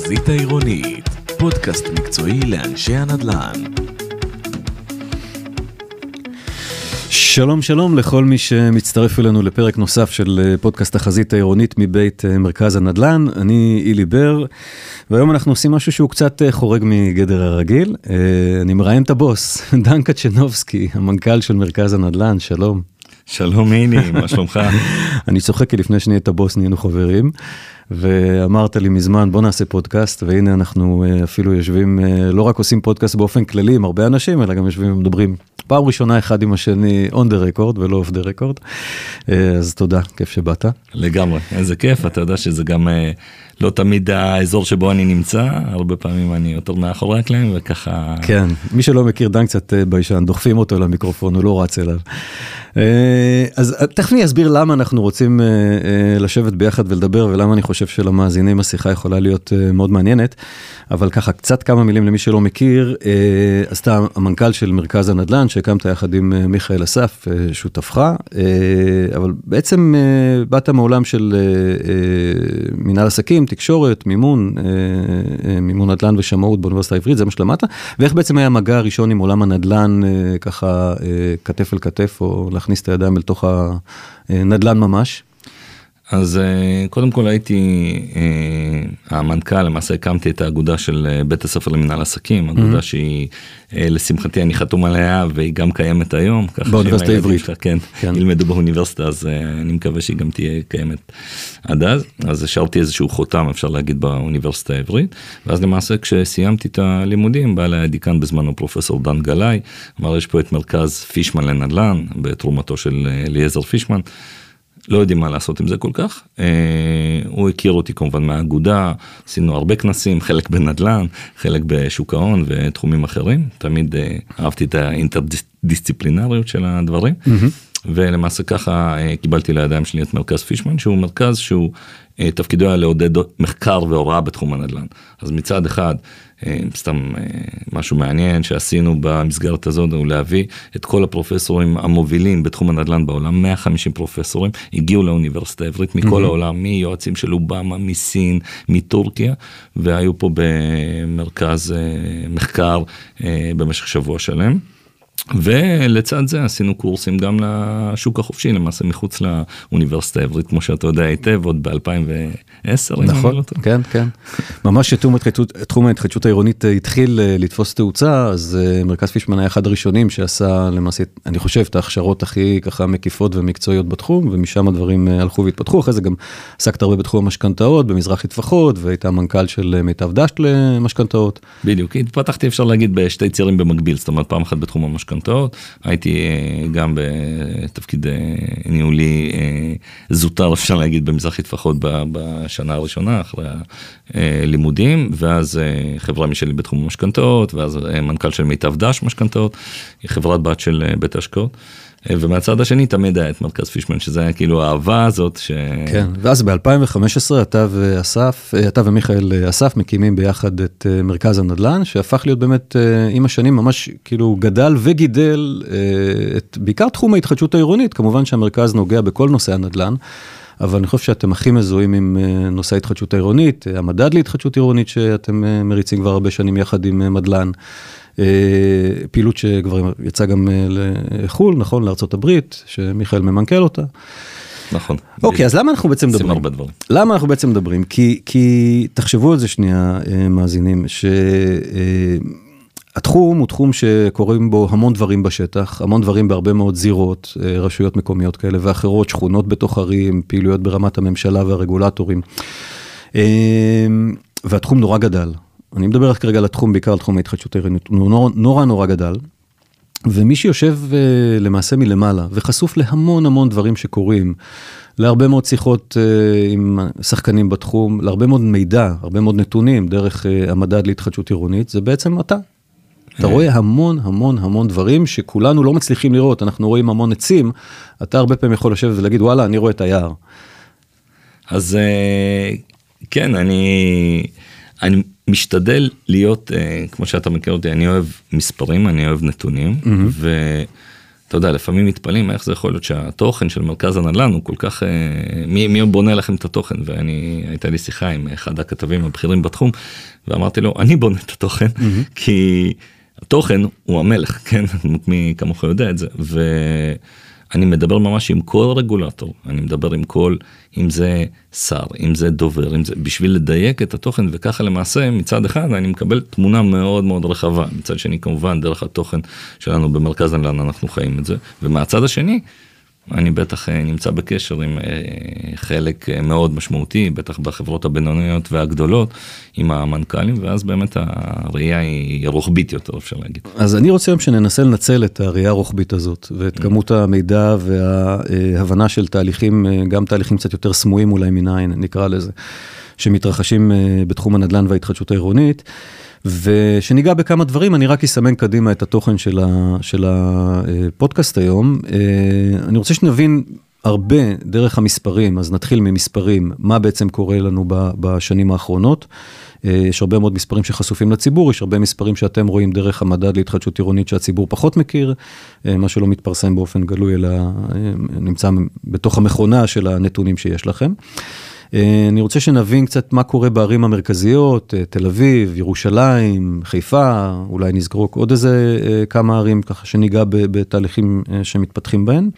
החזית העירונית, פודקאסט מקצועי לאנשי הנדל"ן. שלום שלום לכל מי שמצטרף אלינו לפרק נוסף של פודקאסט החזית העירונית מבית מרכז הנדל"ן. אני אילי בר, והיום אנחנו עושים משהו שהוא קצת חורג מגדר הרגיל. אני מראיין את הבוס, דן קצ'נובסקי, המנכ"ל של מרכז הנדל"ן. שלום. שלום אילי, מה שלומך? אני צוחק כי לפני שנהיית הבוס נהיינו חברים, ואמרת לי מזמן בוא נעשה פודקאסט, והנה אנחנו אפילו יושבים, לא רק עושים פודקאסט באופן כללי עם הרבה אנשים, אלא גם יושבים ומדברים פעם ראשונה אחד עם השני on the record ולא off the record. אז תודה, כיף שבאת. לגמרי, איזה כיף, אתה יודע שזה גם לא תמיד האזור שבו אני נמצא, הרבה פעמים אני יותר מאחורי הקלעים וככה... כן, מי שלא מכיר דן קצת ביישן, דוחפים אותו למיקרופון, הוא לא רץ אליו. אז תכף אני אסביר למה אנחנו רוצים לשבת ביחד ולדבר, ולמה אני חושב שלמאזינים השיחה יכולה להיות מאוד מעניינת, אבל ככה קצת כמה מילים למי שלא מכיר, אז אתה המנכ"ל של מרכז הנדל"ן, שהקמת יחד עם מיכאל אסף, שותפך, אבל בעצם באת מעולם של מנהל עסקים, תקשורת, מימון נדל"ן ושמאות באוניברסיטה העברית, זה מה שלמדת, ואיך בעצם היה המגע הראשון עם עולם הנדל"ן, ככה כתף אל כתף, או להכניס את הידיים אל תוך הנדל"ן ממש? אז קודם כל הייתי המנכ"ל, למעשה הקמתי את האגודה של בית הספר למנהל עסקים, אגודה שהיא לשמחתי אני חתום עליה והיא גם קיימת היום. באוניברסיטה העברית. כן, ילמדו באוניברסיטה, אז אני מקווה שהיא גם תהיה קיימת עד אז. אז השארתי איזשהו חותם, אפשר להגיד, באוניברסיטה העברית, ואז למעשה כשסיימתי את הלימודים, בא אליי הדיקן בזמנו פרופסור דן גלאי, אמר יש פה את מרכז פישמן לנדל"ן, בתרומתו של אליעזר פישמן, לא יודעים מה לעשות עם זה כל כך. הוא הכיר אותי כמובן מהאגודה, עשינו הרבה כנסים, חלק בנדל"ן, חלק בשוק ההון ותחומים אחרים. תמיד אהבתי את האינטרדיסציפלינריות של הדברים. ולמעשה ככה קיבלתי לידיים שלי את מרכז פישמן, שהוא מרכז שהוא תפקידו היה לעודד מחקר והוראה בתחום הנדל"ן. אז מצד אחד, סתם משהו מעניין שעשינו במסגרת הזאת, הוא להביא את כל הפרופסורים המובילים בתחום הנדל"ן בעולם, 150 פרופסורים, הגיעו לאוניברסיטה העברית מכל העולם, מיועצים של אובמה, מסין, מטורקיה, והיו פה במרכז מחקר במשך שבוע שלם. ולצד זה עשינו קורסים גם לשוק החופשי, למעשה מחוץ לאוניברסיטה העברית, כמו שאתה יודע היטב, עוד ב-2010. נכון, כן, כן. ממש תחום ההתחדשות העירונית התחיל לתפוס תאוצה, אז מרכז פישמן היה אחד הראשונים שעשה למעשה, אני חושב, את ההכשרות הכי ככה מקיפות ומקצועיות בתחום, ומשם הדברים הלכו והתפתחו. אחרי זה גם עסקת הרבה בתחום המשכנתאות, במזרחי טפחות, והיית המנכ"ל של מיטב דשט למשכנתאות. בדיוק, התפתחתי אפשר להגיד בשתי צירים במקביל, זאת אומרת פעם אחת בתחום המשכנתאות, הייתי גם בתפקיד ניהולי זוטר, אפשר להגיד, במזרחי טפחות בשנה הראשונה, אחרי הלימודים, ואז חברה משלי בתחום המשכנתאות, ואז מנכ"ל של מיטב דשט משכנתאות, חברת בת של בית ההשקעות, ומהצד השני תמיד היה את מרכז פישמן, שזה היה כאילו האהבה הזאת. כן, ואז ב-2015 אתה ומיכאל אסף מקימים ביחד את מרכז הנדל"ן, שהפך להיות באמת עם השנים ממש כאילו גדל וגידל את בעיקר תחום ההתחדשות העירונית, כמובן שהמרכז נוגע בכל נושא הנדל"ן, אבל אני חושב שאתם הכי מזוהים עם נושא ההתחדשות העירונית, המדד להתחדשות עירונית שאתם מריצים כבר הרבה שנים יחד עם מדל"ן, פעילות שכבר יצא גם לחול, נכון, לארצות הברית, שמיכאל ממנכ"ל אותה. נכון. אוקיי, אז למה אנחנו בעצם מדברים? למה אנחנו בעצם מדברים? כי תחשבו על זה שנייה, מאזינים, התחום הוא תחום שקוראים בו המון דברים בשטח, המון דברים בהרבה מאוד זירות, רשויות מקומיות כאלה ואחרות, שכונות בתוך ערים, פעילויות ברמת הממשלה והרגולטורים. והתחום נורא גדל. אני מדבר כרגע על התחום, בעיקר על תחום ההתחדשות העירונית, הוא נורא גדל, ומי שיושב למעשה מלמעלה, וחשוף להמון המון דברים שקורים, להרבה מאוד שיחות עם שחקנים בתחום, להרבה מאוד מידע, הרבה מאוד נתונים, דרך המדד להתחדשות עירונית, זה בעצם אתה. אתה רואה המון דברים שכולנו לא מצליחים לראות, אנחנו רואים המון עצים, אתה הרבה פעמים יכול לשבת ולהגיד, וואלה, אני רואה את היער. אז כן, אני משתדל להיות, כמו שאתה מכיר אותי, אני אוהב מספרים, אני אוהב נתונים, אתה יודע, לפעמים מתפלאים איך זה יכול להיות שהתוכן של מרכז הנדל"ן הוא כל כך, מי בונה לכם את התוכן? הייתה לי שיחה עם אחד הכתבים הבכירים בתחום, ואמרתי לו, אני בונה את התוכן, כי התוכן הוא המלך, כן? מי כמוך יודע את זה, אני מדבר ממש עם כל רגולטור, אני מדבר עם כל, אם זה שר, אם זה דובר, אם זה, בשביל לדייק את התוכן, וככה למעשה מצד אחד אני מקבל תמונה מאוד מאוד רחבה, מצד שני כמובן דרך התוכן שלנו במרכז הנדל"ן אנחנו חיים את זה, ומהצד השני אני בטח נמצא בקשר עם חלק מאוד משמעותי, בטח בחברות הבינוניות והגדולות, עם המנכ"לים, ואז באמת הראייה היא רוחבית יותר, אפשר להגיד. אז אני רוצה שננסה לנצל את הראייה הרוחבית הזאת, ואת כמות המידע וההבנה של תהליכים, גם תהליכים קצת יותר סמויים אולי מן העין, נקרא לזה, שמתרחשים בתחום הנדל"ן וההתחדשות העירונית, ושניגע בכמה דברים, אני רק אסמן קדימה את התוכן של הפודקאסט היום. אני רוצה שנבין הרבה דרך המספרים, אז נתחיל ממספרים, מה בעצם קורה לנו בשנים האחרונות. יש הרבה מאוד מספרים שחשופים לציבור, יש הרבה מספרים שאתם רואים דרך המדד להתחדשות עירונית שהציבור פחות מכיר, מה שלא מתפרסם באופן גלוי, אלא נמצא בתוך המכונה של הנתונים שיש לכם. אני רוצה שנבין קצת מה קורה בערים המרכזיות, תל אביב, ירושלים, חיפה, אולי נזכרוק עוד איזה כמה ערים ככה שניגע בתהליכים שמתפתחים בהן.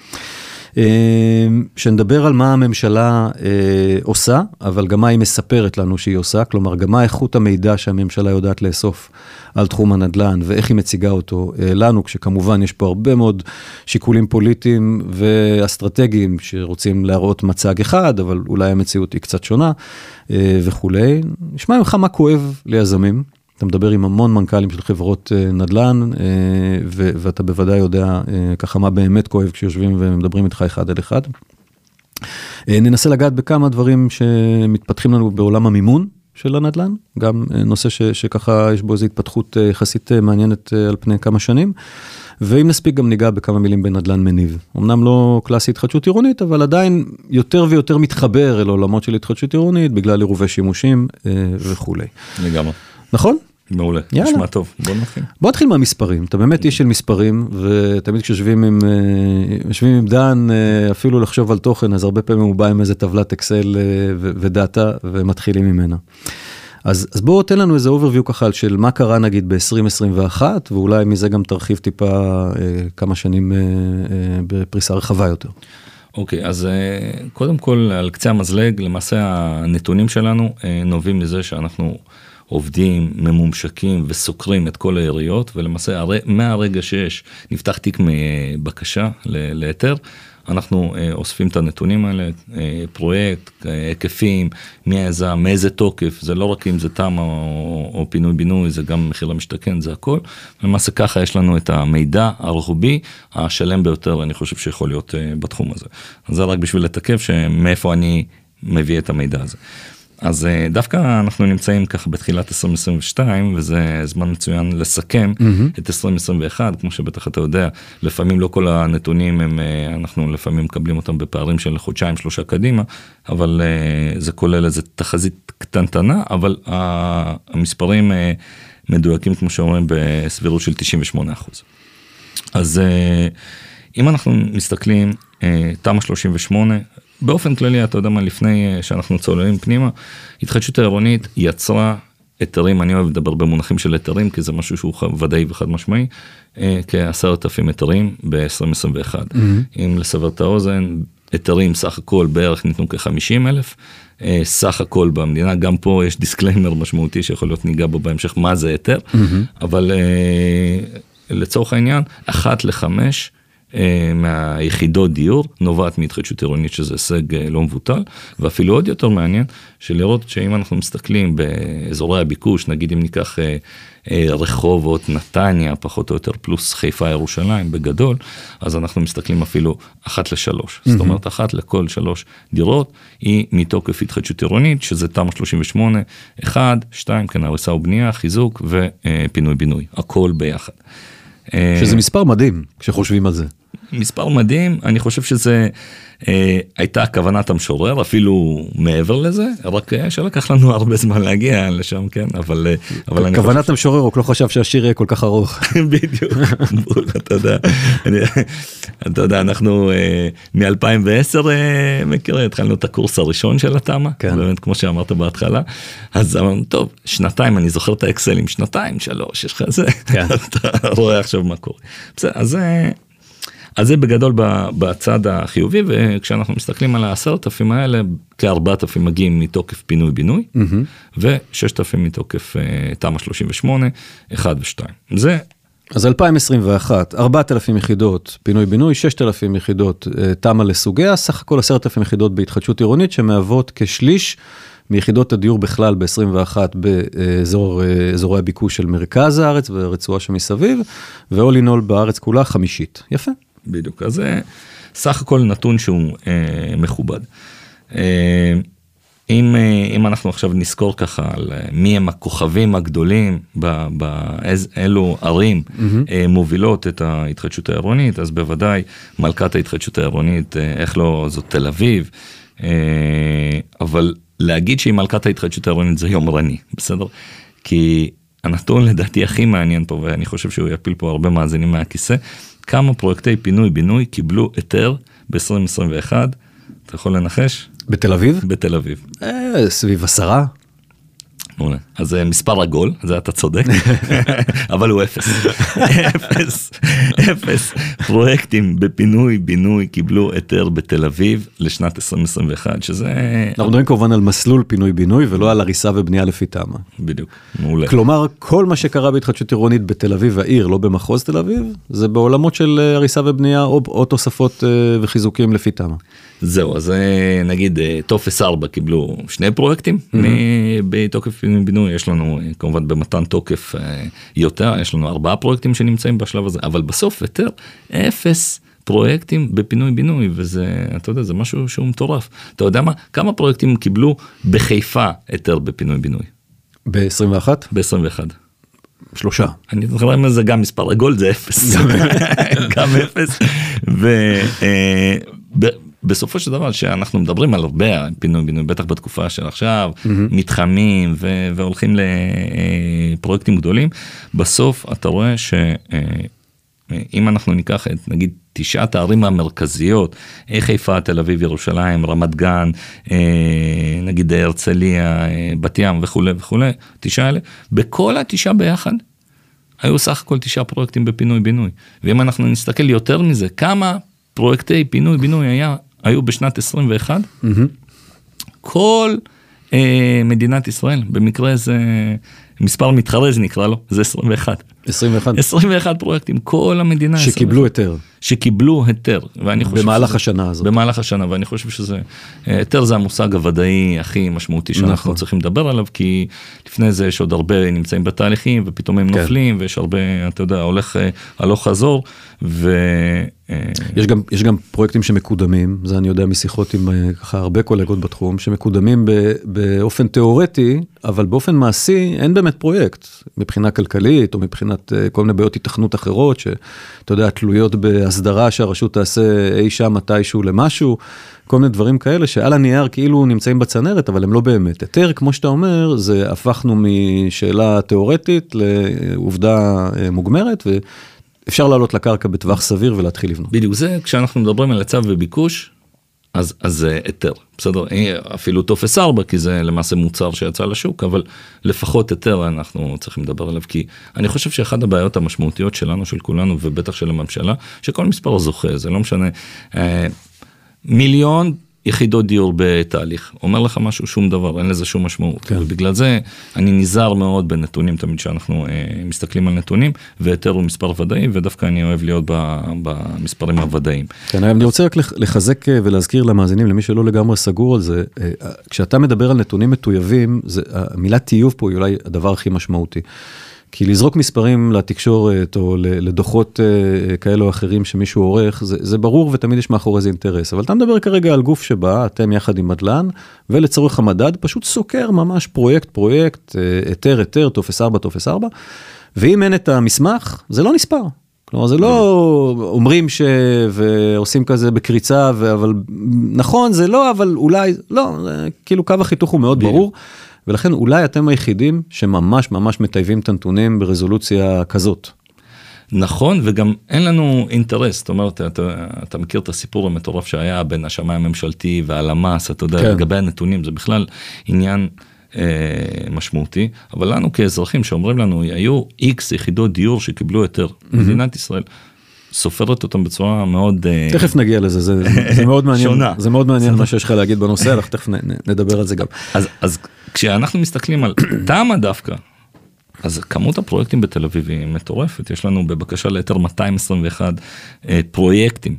שנדבר על מה הממשלה עושה, אבל גם מה היא מספרת לנו שהיא עושה, כלומר גם מה איכות המידע שהממשלה יודעת לאסוף על תחום הנדל"ן, ואיך היא מציגה אותו לנו, כשכמובן יש פה הרבה מאוד שיקולים פוליטיים ואסטרטגיים, שרוצים להראות מצג אחד, אבל אולי המציאות היא קצת שונה, וכולי. נשמע ממך מה כואב ליזמים, אתה מדבר עם המון מנכ"לים של חברות נדל"ן, ואתה בוודאי יודע ככה מה באמת כואב כשיושבים ומדברים איתך אחד על אחד. ננסה לגעת בכמה דברים שמתפתחים לנו בעולם המימון של הנדל"ן, גם נושא שככה יש בו איזו התפתחות יחסית מעניינת על פני כמה שנים, ואם נספיק גם ניגע בכמה מילים בנדל"ן מניב. אמנם לא קלאסי התחדשות עירונית, אבל עדיין יותר ויותר מתחבר אל עולמות של התחדשות עירונית, בגלל עירובי שימושים וכולי. לגמרי. נכון? מעולה, נשמע טוב, בוא נתחיל. בוא נתחיל מהמספרים, אתה באמת איש של מספרים, ותמיד כשיושבים עם דן, אפילו לחשוב על תוכן, אז הרבה פעמים הוא בא עם איזה טבלת אקסל ודאטה, ומתחילים ממנה. אז בואו תן לנו איזה overview ככה של מה קרה נגיד ב-2021, ואולי מזה גם תרחיב טיפה כמה שנים בפריסה רחבה יותר. אוקיי, אז קודם כל על קצה המזלג, למעשה הנתונים שלנו נובעים לזה שאנחנו עובדים, ממומשקים וסוקרים את כל העיריות, ולמעשה מהרגע שיש נפתח תיק מבקשה להיתר, אנחנו אוספים את הנתונים האלה, פרויקט, היקפים, מי היזם, מאיזה תוקף, זה לא רק אם זה תמ"א או פינוי בינוי, זה גם מחיר למשתכן, זה הכל. למעשה ככה יש לנו את המידע הרוחבי, השלם ביותר, אני חושב שיכול להיות בתחום הזה. אז זה רק בשביל לתקף שמאיפה אני מביא את המידע הזה. אז דווקא אנחנו נמצאים ככה בתחילת 2022, וזה זמן מצוין לסכם את 2021, כמו שבטח אתה יודע, לפעמים לא כל הנתונים אנחנו לפעמים מקבלים אותם בפערים של חודשיים, 3 קדימה, אבל זה כולל איזו תחזית קטנטנה, אבל המספרים מדויקים, כמו שאומרים, בסבירות של 98%. אז אם אנחנו מסתכלים, תמ"א 38, באופן כללי, אתה יודע מה, לפני שאנחנו צוללים פנימה, התחדשות העירונית יצרה היתרים, אני אוהב לדבר במונחים של היתרים, כי זה משהו שהוא ודאי וחד משמעי, כ10,000 היתרים ב-2021. אם לסבר את האוזן, היתרים סך הכל בערך ניתנו כ-50,000, סך הכל במדינה, גם פה יש דיסקליימר משמעותי שיכול להיות ניגע בו בהמשך, מה זה היתר, אבל לצורך העניין, 1 ל-5, מהיחידות דיור נובעת מהתחדשות עירונית, שזה הישג לא מבוטל, ואפילו עוד יותר מעניין, שלראות שאם אנחנו מסתכלים באזורי הביקוש, נגיד אם ניקח רחובות, נתניה, פחות או יותר, פלוס חיפה, ירושלים, בגדול, אז אנחנו מסתכלים אפילו 1 ל-3, זאת אומרת 1 לכל 3 דירות, היא מתוקף התחדשות עירונית, שזה תמ"א 38, 1, 2, כן, הריסה ובנייה, חיזוק ופינוי בינוי, הכל ביחד. שזה מספר מדהים, כשחושבים על זה. מספר מדהים, אני חושב שזה הייתה כוונת המשורר, אפילו מעבר לזה, רק שלקח לנו הרבה זמן להגיע לשם, כן, אבל כוונת המשורר, הוא לא חשב שהשיר יהיה כל כך ארוך. בדיוק, אתה יודע, אנחנו מ-2010 מכירים, התחלנו את הקורס הראשון של התאמה, באמת כמו שאמרת בהתחלה, אז אמרנו, טוב, שנתיים, אני זוכר את האקסלים, שנתיים, 3, יש לך זה, אתה רואה עכשיו מה קורה. בסדר, אז זה בגדול בצד החיובי, וכשאנחנו מסתכלים על 10,000 האלה, כ4,000 מגיעים מתוקף פינוי-בינוי, ו6,000 מתוקף תמ"א 38, 1 ו-2. זה... אז 2021, 4,000 יחידות פינוי-בינוי, 6,000 יחידות תמ"א לסוגיה, סך הכל 10,000 יחידות בהתחדשות עירונית, שמהוות כשליש מיחידות הדיור בכלל ב-21 באזורי הביקוש של מרכז הארץ ורצועה שמסביב, ו-all in all בארץ כולה 50. יפה. בדיוק, אז זה סך הכל נתון שהוא מכובד. אם אנחנו עכשיו נזכור ככה על מי הם הכוכבים הגדולים, באילו ערים מובילות את ההתחדשות העירונית, אז בוודאי מלכת ההתחדשות העירונית, איך לא, זאת תל אביב, אבל להגיד שהיא מלכת ההתחדשות העירונית זה יומרני, בסדר? כי הנתון לדעתי הכי מעניין פה, ואני חושב שהוא יפיל פה הרבה מאזינים מהכיסא, כמה פרויקטי פינוי-בינוי קיבלו היתר ב-2021, אתה יכול לנחש? בתל אביב? בתל אביב. סביב 10. אז זה מספר עגול, זה אתה צודק, אבל הוא 0. 0 פרויקטים בפינוי-בינוי קיבלו היתר בתל אביב לשנת 2021, שזה... אנחנו מדברים כמובן על מסלול פינוי-בינוי, ולא על הריסה ובנייה לפי תמ"א. בדיוק, מעולה. כלומר, כל מה שקרה בהתחדשות עירונית בתל אביב העיר, לא במחוז תל אביב, זה בעולמות של הריסה ובנייה, או תוספות וחיזוקים לפי תמ"א. זהו, אז נגיד, טופס 4 קיבלו 2 פרויקטים, בתוקף פינוי-בינוי, יש לנו כמובן במתן תוקף יותר, יש לנו 4 פרויקטים שנמצאים בשלב הזה, אבל בסוף יותר 0 פרויקטים בפינוי-בינוי, וזה, אתה יודע, זה משהו שהוא מטורף. אתה יודע מה? כמה פרויקטים קיבלו בחיפה היתר בפינוי-בינוי? ב-21? ב-21. 3. אני זוכר אם זה גם מספר עגול, זה 0. גם 0. בסופו של דבר שאנחנו מדברים על הרבה פינוי-בינוי, בטח בתקופה של עכשיו, מתחמים והולכים לפרויקטים גדולים, בסוף אתה רואה שאם אנחנו ניקח את נגיד 9 הערים המרכזיות, חיפה, תל אביב, ירושלים, רמת גן, נגיד הרצליה, בת ים וכו' וכו', 9 האלה, בכל 9 ביחד, היו סך הכל 9 פרויקטים בפינוי-בינוי, ואם אנחנו נסתכל יותר מזה, כמה פרויקטי פינוי-בינוי היו בשנת 21, כל מדינת ישראל, במקרה זה מספר מתחרז נקרא לו, זה 21. 21 פרויקטים, כל המדינה. שקיבלו היתר. שקיבלו היתר. במהלך השנה הזאת. במהלך השנה, ואני חושב שזה, היתר זה המושג הוודאי הכי משמעותי שאנחנו צריכים לדבר עליו, כי לפני זה יש עוד הרבה נמצאים בתהליכים, ופתאום הם נופלים, ויש הרבה, אתה יודע, הולך הלוך חזור, יש גם פרויקטים שמקודמים, זה אני יודע משיחות עם ככה הרבה קולגות בתחום, שמקודמים באופן תיאורטי, אבל באופן מעשי אין באמת פרויקט, מבחינה כלכלית, או מבחינת כל מיני בעיות התכנות אחרות, שאתה יודע, תלויות בהסדרה שהרשות תעשה אי שם מתישהו למשהו, כל מיני דברים כאלה, שעל הנייר כאילו נמצאים בצנרת, אבל הם לא באמת. היתר, כמו שאתה אומר, זה הפכנו משאלה תיאורטית לעובדה מוגמרת, אפשר לעלות לקרקע בטווח סביר ולהתחיל לבנות. בדיוק זה, כשאנחנו מדברים על היצע וביקוש, אז זה היתר, בסדר, אפילו טופס 4, כי זה למעשה מוצר שיצא לשוק, אבל לפחות היתר אנחנו צריכים לדבר עליו, כי אני חושב שאחד הבעיות המשמעותיות שלנו, של כולנו, ובטח של הממשלה, שכל מספר זוכה, זה לא משנה, 1,000,000 יחידות דיור בתהליך, אומר לך משהו, שום דבר, אין לזה שום משמעות, כן. ובגלל זה אני נזהר מאוד בנתונים, תמיד שאנחנו מסתכלים על נתונים, ויותר הוא מספר ודאי, ודווקא אני אוהב להיות במספרים הוודאיים. כן, אני רוצה רק לחזק ולהזכיר למאזינים, למי שלא לגמרי סגור על זה, כשאתה מדבר על נתונים מטויבים, המילה טיוב פה היא אולי הדבר הכי משמעותי. כי לזרוק מספרים לתקשורת או לדוחות כאלו או אחרים שמישהו עורך, זה ברור ותמיד יש מאחורי זה אינטרס. אבל אתה מדבר כרגע על גוף שבא, אתם יחד עם מדלן, ולצורך המדד פשוט סוקר ממש פרויקט, היתר, טופס 4, ואם אין את המסמך, זה לא נספר. כלומר, זה לא אומרים ועושים כזה בקריצה, אבל נכון, זה לא, אבל אולי, לא, כאילו קו החיתוך הוא מאוד ברור, ולכן אולי אתם היחידים שממש ממש מטייבים את הנתונים ברזולוציה כזאת. נכון, וגם אין לנו אינטרס, זאת אומרת, אתה מכיר את הסיפור המטורף שהיה בין השמאי הממשלתי והלמ"ס, אתה יודע, לגבי הנתונים, זה בכלל עניין משמעותי, אבל לנו כאזרחים שאומרים לנו, היו X יחידות דיור שקיבלו יותר, מדינת ישראל סופרת אותם בצורה מאוד... תכף נגיע לזה, זה מאוד מעניין, זה מאוד מעניין מה שיש לך להגיד בנושא, אנחנו תכף נדבר על זה גם. אז כשאנחנו מסתכלים על תמה דווקא, אז כמות הפרויקטים בתל אביב היא מטורפת, יש לנו בבקשה ליתר 221 פרויקטים,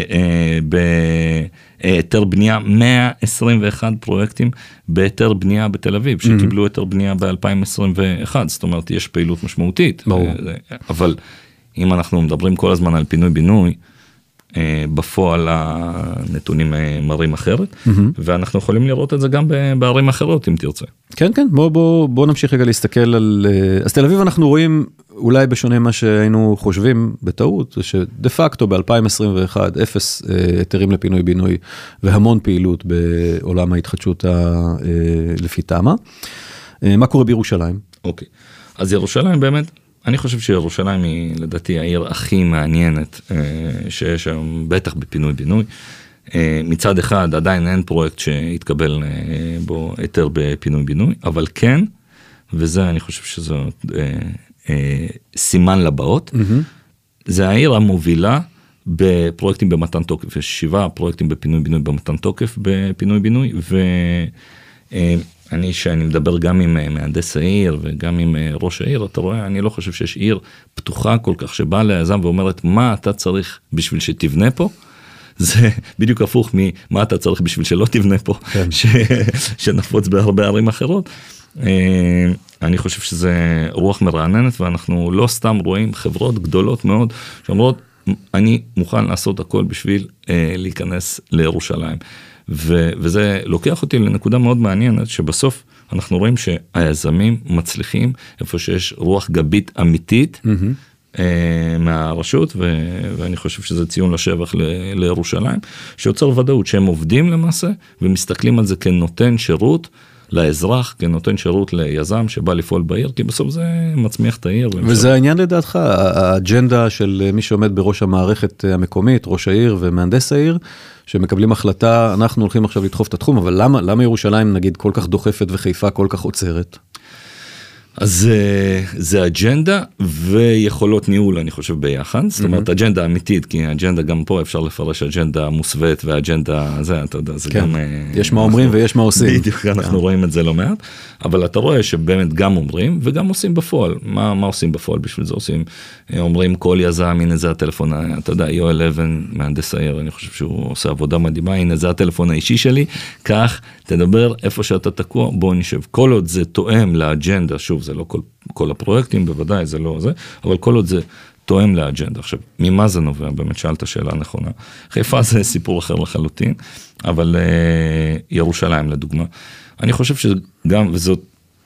ביתר בנייה 121 פרויקטים ביתר בנייה בתל אביב, שקיבלו יתר בנייה ב-2021, זאת אומרת יש פעילות משמעותית, אבל אם אנחנו מדברים כל הזמן על פינוי-בינוי, בפועל הנתונים מראים אחרת, ואנחנו יכולים לראות את זה גם בערים אחרות, אם תרצה. כן, כן, בוא נמשיך רגע להסתכל על... אז תל אביב אנחנו רואים, אולי בשונה מה שהיינו חושבים בטעות, זה שדה פקטו ב-2021, 0 היתרים לפינוי-בינוי, והמון פעילות בעולם ההתחדשות לפי תמה. מה קורה בירושלים? אוקיי, אז ירושלים באמת, אני חושב שירושלים היא לדעתי העיר הכי מעניינת שיש היום, בטח בפינוי-בינוי. מצד אחד עדיין אין פרויקט שהתקבל בו היתר בפינוי-בינוי, אבל כן, וזה אני חושב שזו סימן לבאות, זה העיר המובילה בפרויקטים במתן תוקף, יש 7 פרויקטים בפינוי-בינוי במתן תוקף בפינוי-בינוי, שאני מדבר גם עם מהנדס העיר וגם עם ראש העיר, אתה רואה, אני לא חושב שיש עיר פתוחה כל כך שבאה ליזם ואומרת מה אתה צריך בשביל שתבנה פה, זה בדיוק הפוך ממה אתה צריך בשביל שלא תבנה פה, כן. שנפוץ בהרבה ערים אחרות. אני חושב שזה רוח מרעננת, ואנחנו לא סתם רואים חברות גדולות מאוד שאומרות, אני מוכן לעשות הכל בשביל להיכנס לירושלים. וזה לוקח אותי לנקודה מאוד מעניינת, שבסוף אנחנו רואים שהיזמים מצליחים איפה שיש רוח גבית אמיתית מהרשות, ואני חושב שזה ציון לשבח לירושלים, שיוצר ודאות שהם עובדים למעשה, ומסתכלים על זה כנותן שירות לאזרח, כנותן שירות ליזם שבא לפעול בעיר, כי בסוף זה מצמיח את העיר. וזה העניין לדעתך, האג'נדה של מי שעומד בראש המערכת המקומית, ראש העיר ומהנדס העיר, שמקבלים החלטה, אנחנו הולכים עכשיו לדחוף את התחום, אבל למה ירושלים נגיד כל כך דוחפת וחיפה כל כך עוצרת? אז זה אג'נדה ויכולות ניהול, אני חושב, ביחד. זאת אומרת, אג'נדה אמיתית, כי אג'נדה גם פה אפשר לפרש אג'נדה מוסווית, ואג'נדה, זה, אתה יודע, זה גם... יש מה אומרים ויש מה עושים. בדיוק, אנחנו רואים את זה לא מעט, אבל אתה רואה שבאמת גם אומרים, וגם עושים בפועל. מה עושים בפועל בשביל זה? אומרים כל יזם, הנה זה הטלפון, אתה יודע, יואל אבן, מהנדס העיר, אני חושב שהוא עושה עבודה מדהימה, הנה זה הטלפון האישי שלי, כך, תדבר איפה שאתה תקוע, בוא נשב. כל עוד זה תואם לאג'נדה, שוב, זה לא כל הפרויקטים, בוודאי זה לא זה, אבל כל עוד זה תואם לאג'נדה. עכשיו, ממה זה נובע? באמת שאלת שאלה נכונה. חיפה זה סיפור אחר לחלוטין, אבל ירושלים לדוגמה. אני חושב שגם, וזאת,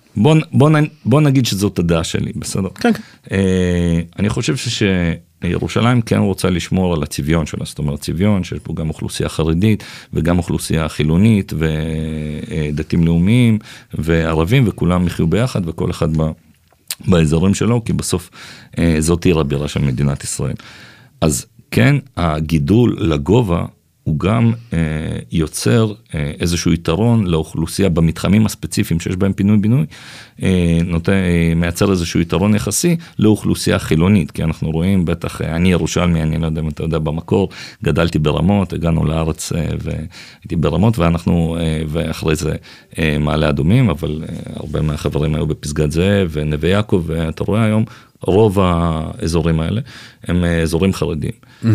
בוא נגיד שזאת הדעה שלי, בסדר? כן. אני חושב שירושלים כן רוצה לשמור על הצביון שלה, זאת אומרת צביון שיש פה גם אוכלוסייה חרדית וגם אוכלוסייה חילונית ודתים לאומיים וערבים, וכולם יחיו ביחד וכל אחד באזורים שלו, כי בסוף זאת עיר הבירה של מדינת ישראל. אז כן, הגידול לגובה הוא גם יוצר איזשהו יתרון לאוכלוסייה במתחמים הספציפיים שיש בהם פינוי-בינוי, מייצר איזשהו יתרון יחסי לאוכלוסייה חילונית, כי אנחנו רואים, בטח, אני ירושלמי, אני לא יודע אם אתה יודע, במקור, גדלתי ברמות, הגענו לארץ והייתי ברמות, ואחרי זה מעלה אדומים, אבל הרבה מהחברים היו בפסגת זאב ונווה יעקב, ואתה רואה היום, רוב האזורים האלה הם אזורים חרדים,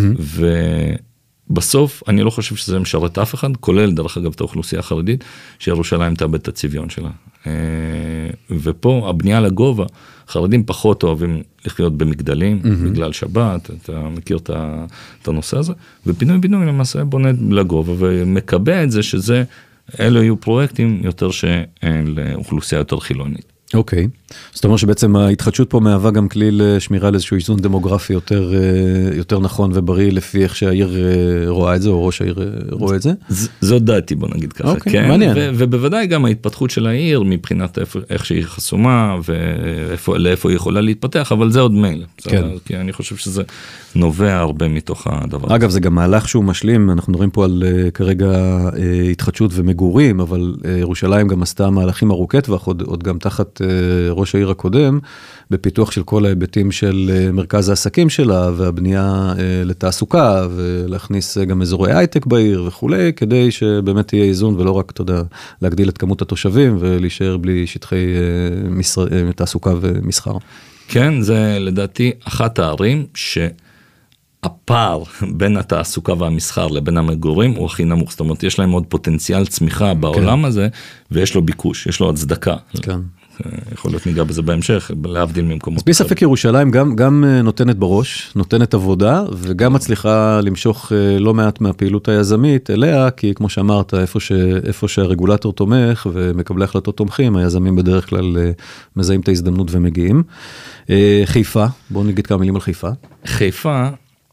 בסוף, אני לא חושב שזה משרת אף אחד, כולל דרך אגב את האוכלוסייה החרדית, שירושלים תאבד את הצביון שלה. ופה הבנייה לגובה, חרדים פחות אוהבים לחיות במגדלים, בגלל שבת, אתה מכיר את הנושא הזה, ופינוי-בינוי למעשה בונה לגובה, ומקבע את זה שזה, אלו יהיו פרויקטים יותר לאוכלוסייה יותר חילונית. אוקיי, זאת אומרת שבעצם ההתחדשות פה מהווה גם כלי לשמירה על איזשהו איזון דמוגרפי יותר נכון ובריא לפי איך שהעיר רואה את זה, או ראש העיר רואה את זה? זו דעתי, בוא נגיד ככה. אוקיי, מעניין. ובוודאי גם ההתפתחות של העיר מבחינת איך שהיא חסומה ולאיפה היא יכולה להתפתח, אבל זה עוד מייל. כי אני חושב שזה נובע הרבה מתוך הדבר. אגב, זה גם מהלך שהוא משלים, אנחנו מדברים פה על כרגע התחדשות ומגורים, אבל ירושלים גם עשתה מהלכים ארוכי טווח, עוד גם תחת ראש העיר הקודם, בפיתוח של כל ההיבטים של מרכז העסקים שלה, והבנייה לתעסוקה, ולהכניס גם אזורי הייטק בעיר וכולי, כדי שבאמת תהיה איזון, ולא רק, אתה יודע, להגדיל את כמות התושבים, ולהישאר בלי שטחי תעסוקה ומסחר. כן, זה לדעתי אחת הערים שהפער בין התעסוקה והמסחר לבין המגורים הוא הכי נמוך. זאת אומרת, יש להם עוד פוטנציאל צמיחה בעולם הזה, ויש לו ביקוש, יש לו הצדקה. כן. יכול להיות ניגע בזה בהמשך, להבדיל ממקומות. אז בלי ספק ירושלים גם נותנת בראש, נותנת עבודה, וגם מצליחה למשוך לא מעט מהפעילות היזמית אליה, כי כמו שאמרת, איפה שהרגולטור תומך ומקבלי החלטות תומכים, היזמים בדרך כלל מזהים את ההזדמנות ומגיעים. חיפה, בואו נגיד כמה מילים על חיפה. חיפה,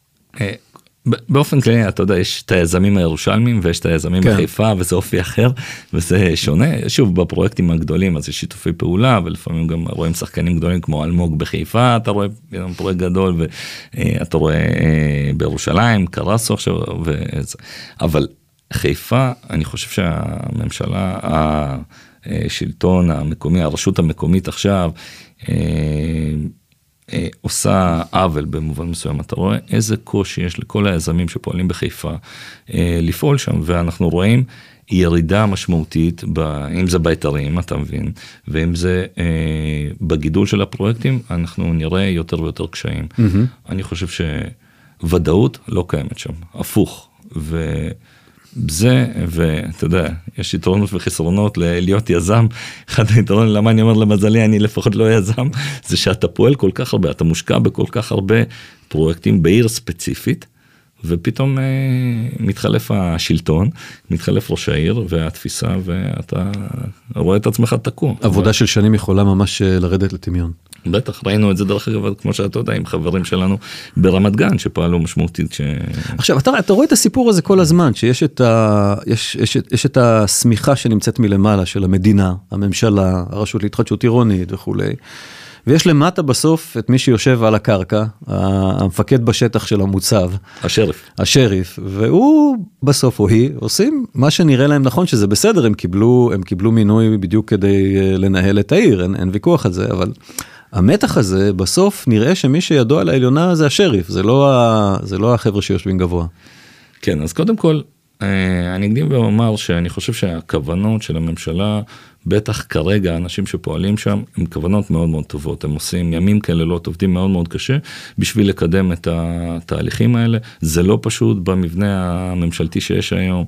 באופן כללי, אתה יודע, יש את היזמים הירושלמים, ויש את היזמים בחיפה, וזה אופי אחר, וזה שונה. שוב, בפרויקטים הגדולים, אז יש שיתופי פעולה, ולפעמים גם רואים שחקנים גדולים, כמו אלמוג בחיפה, אתה רואה פרויקט גדול, ואתה רואה בירושלים, קרסו עכשיו, אבל חיפה, אני חושב שהממשלה, השלטון המקומי, הרשות המקומית עכשיו, עושה עוול במובן מסוים. אתה רואה איזה קושי יש לכל היזמים שפועלים בחיפה לפעול שם, ואנחנו רואים ירידה משמעותית, אם זה בהיתרים, אתה מבין, ואם זה בגידול של הפרויקטים, אנחנו נראה יותר ויותר קשיים. אני חושב שוודאות לא קיימת שם, הפוך, זה, ואתה יודע, יש יתרונות וחסרונות להיות יזם. אחד היתרונות, למה אני אומר למזלי, אני לפחות לא יזם, זה שאתה פועל כל כך הרבה, אתה מושקע בכל כך הרבה פרויקטים בעיר ספציפית, ופתאום מתחלף השלטון, מתחלף ראש העיר והתפיסה, ואתה רואה את עצמך תקוע. עבודה של שנים יכולה ממש לרדת לטמיון. בטח, ראינו את זה דרך אגב, כמו שאתה יודע, עם חברים שלנו ברמת גן, שפעלו משמעותית. עכשיו, אתה רואה את הסיפור הזה כל הזמן, שיש את הסמיכה שנמצאת מלמעלה של המדינה, הממשלה, הרשות להתחדשות עירונית וכולי, ויש למטה בסוף את מי שיושב על הקרקע, המפקד בשטח של המוצב. השריף, והוא בסוף, או היא, עושים מה שנראה להם נכון, שזה בסדר, הם קיבלו מינוי בדיוק כדי לנהל את העיר, אין ויכוח על זה, אבל המתח הזה, בסוף נראה שמי שידוע על העליונה זה השריף, זה לא החבר'ה שיושבים גבוה. כן, אז קודם כל, אני אקדים ואומר שאני חושב שהכוונות של הממשלה, בטח כרגע האנשים שפועלים שם, הם כוונות מאוד מאוד טובות, הם עושים ימים כאלה לא עובדים מאוד מאוד קשה, בשביל לקדם את התהליכים האלה, זה לא פשוט במבנה הממשלתי שיש היום,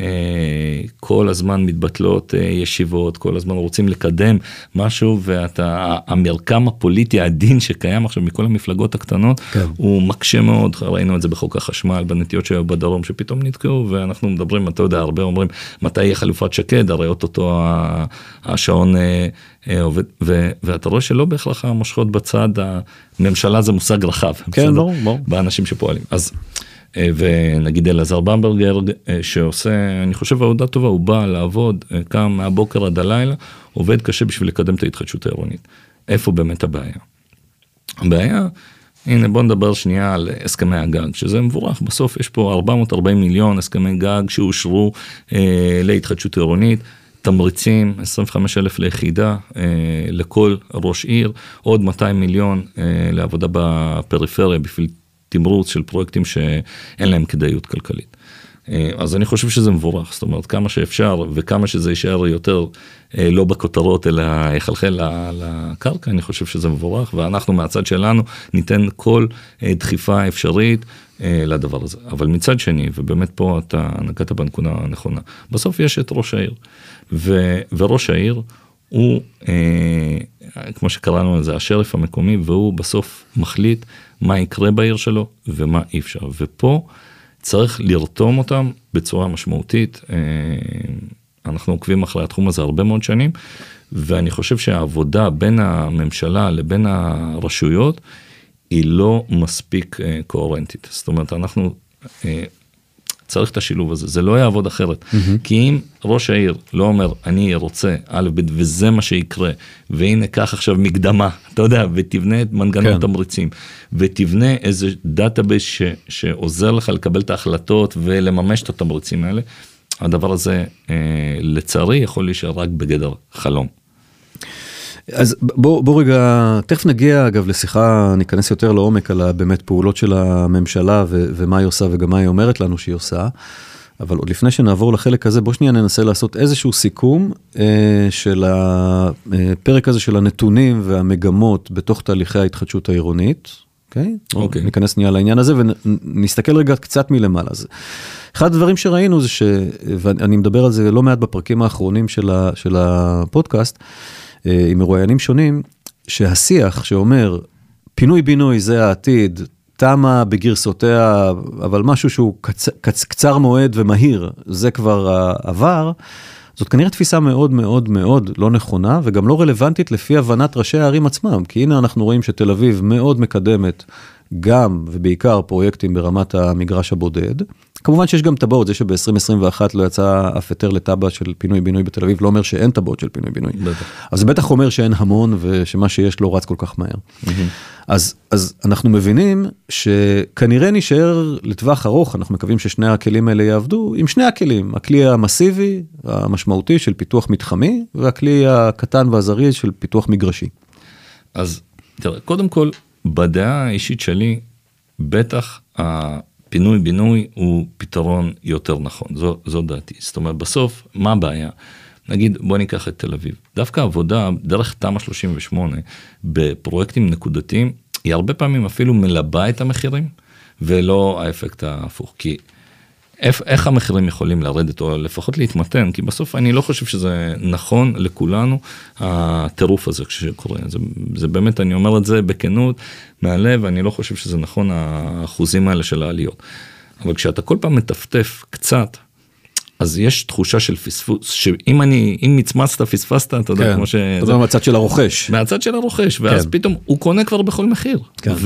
כל הזמן מתבטלות ישיבות, כל הזמן רוצים לקדם משהו, והמרקם הפוליטי העדין שקיים עכשיו מכל המפלגות הקטנות, הוא מקשה מאוד, ראינו את זה בחוק החשמל, בנטיות שהיו בדרום שפתאום נתקעו, ואנחנו מדברים, אתה יודע, הרבה אומרים, מתי יהיה חלופת שקד, הרי אותו השעון עובד, ואתה רואה שלא בהכרח המושכות בצד, הממשלה זה מושג רחב, כן, לא, באנשים שפועלים. אז, ונגיד אלעזר במברגר, שעושה, אני חושב, עבודה טובה, הוא בא לעבוד, קם מהבוקר עד הלילה, עובד קשה בשביל לקדם את ההתחדשות העירונית. איפה באמת הבעיה? הבעיה, הנה בוא נדבר שנייה על הסכמי הגג, שזה מבורך, בסוף יש פה 440 מיליון הסכמי גג שאושרו להתחדשות עירונית, תמריצים, 25,000 ליחידה לכל ראש עיר, עוד 200 מיליון לעבודה בפריפריה, בשביל תמרוץ של פרויקטים שאין להם כדאיות כלכלית. אז אני חושב שזה מבורך, זאת אומרת, כמה שאפשר וכמה שזה יישאר יותר לא בכותרות, אלא יחלחל לקרקע, אני חושב שזה מבורך, ואנחנו מהצד שלנו ניתן כל דחיפה אפשרית לדבר הזה. אבל מצד שני, ובאמת פה אתה נגעת בנקודה הנכונה, בסוף יש את ראש העיר, וראש העיר הוא, כמו שקראנו לזה, השריף המקומי, והוא בסוף מחליט מה יקרה בעיר שלו ומה אי אפשר. ופה צריך לרתום אותם בצורה משמעותית. אנחנו עוקבים אחרי התחום הזה הרבה מאוד שנים, ואני חושב שהעבודה בין הממשלה לבין הרשויות, היא לא מספיק קוהרנטית. זאת אומרת, אנחנו צריך את השילוב הזה, זה לא יעבוד אחרת. כי אם ראש העיר לא אומר, אני רוצה א' ב' וזה מה שיקרה, והנה כך עכשיו מקדמה, אתה יודע, ותבנה את מנגנון תמריצים, ותבנה איזה דאטאבייס שעוזר לך לקבל את ההחלטות ולממש את התמריצים האלה, הדבר הזה לצערי יכול להישאר רק בגדר חלום. אז בוא רגע, תכף נגיע אגב לשיחה, ניכנס יותר לעומק על באמת פעולות של הממשלה ומה היא עושה וגם מה היא אומרת לנו שהיא עושה, אבל עוד לפני שנעבור לחלק הזה, בוא שנייה ננסה לעשות איזשהו סיכום של הפרק הזה של הנתונים והמגמות בתוך תהליכי ההתחדשות העירונית, אוקיי? ניכנס שנייה לעניין הזה ונסתכל רגע קצת מלמעלה. אחד הדברים שראינו זה ואני מדבר על זה לא מעט בפרקים האחרונים של הפודקאסט, עם מרואיינים שונים, שהשיח שאומר, פינוי בינוי זה העתיד, תמה בגרסותיה, אבל משהו שהוא קצר מועד ומהיר, זה כבר עבר, זאת כנראה תפיסה מאוד מאוד מאוד לא נכונה, וגם לא רלוונטית לפי הבנת ראשי הערים עצמם, כי הנה אנחנו רואים שתל אביב מאוד מקדמת, גם ובעיקר פרויקטים ברמת המגרש הבודד. כמובן שיש גם טבעות, זה שב-2021 לא יצא אף היתר לטבע של פינוי בינוי בתל אביב, לא אומר שאין טבעות של פינוי בינוי. אז זה בטח אומר שאין המון ושמה שיש לא רץ כל כך מהר. אז אנחנו מבינים שכנראה נשאר לטווח ארוך, אנחנו מקווים ששני הכלים האלה יעבדו, עם שני הכלים, הכלי המסיבי, המשמעותי של פיתוח מתחמי, והכלי הקטן והזריז של פיתוח מגרשי. אז תראה, קודם כל, בדעה האישית שלי, בטח הפינוי בינוי הוא פתרון יותר נכון, זו דעתי. זאת אומרת, בסוף, מה הבעיה? נגיד, בוא ניקח את תל אביב. דווקא עבודה דרך תמ"א 38 בפרויקטים נקודתיים, היא הרבה פעמים אפילו מלבה את המחירים, ולא האפקט ההפוך. כי איך המחירים יכולים לרדת, או לפחות להתמתן, כי בסוף אני לא חושב שזה נכון לכולנו, הטירוף הזה שקורה. זה באמת, אני אומר את זה בכנות, מהלב, ואני לא חושב שזה נכון, האחוזים האלה של העליות. אבל כשאתה כל פעם מטפטף קצת, אז יש תחושה של פספוס, שאם מצמצת, פספסת, אתה יודע, כמו ש... אתה יודע, מהצד של הרוכש. מהצד של הרוכש, ואז פתאום הוא קונה כבר בכל מחיר.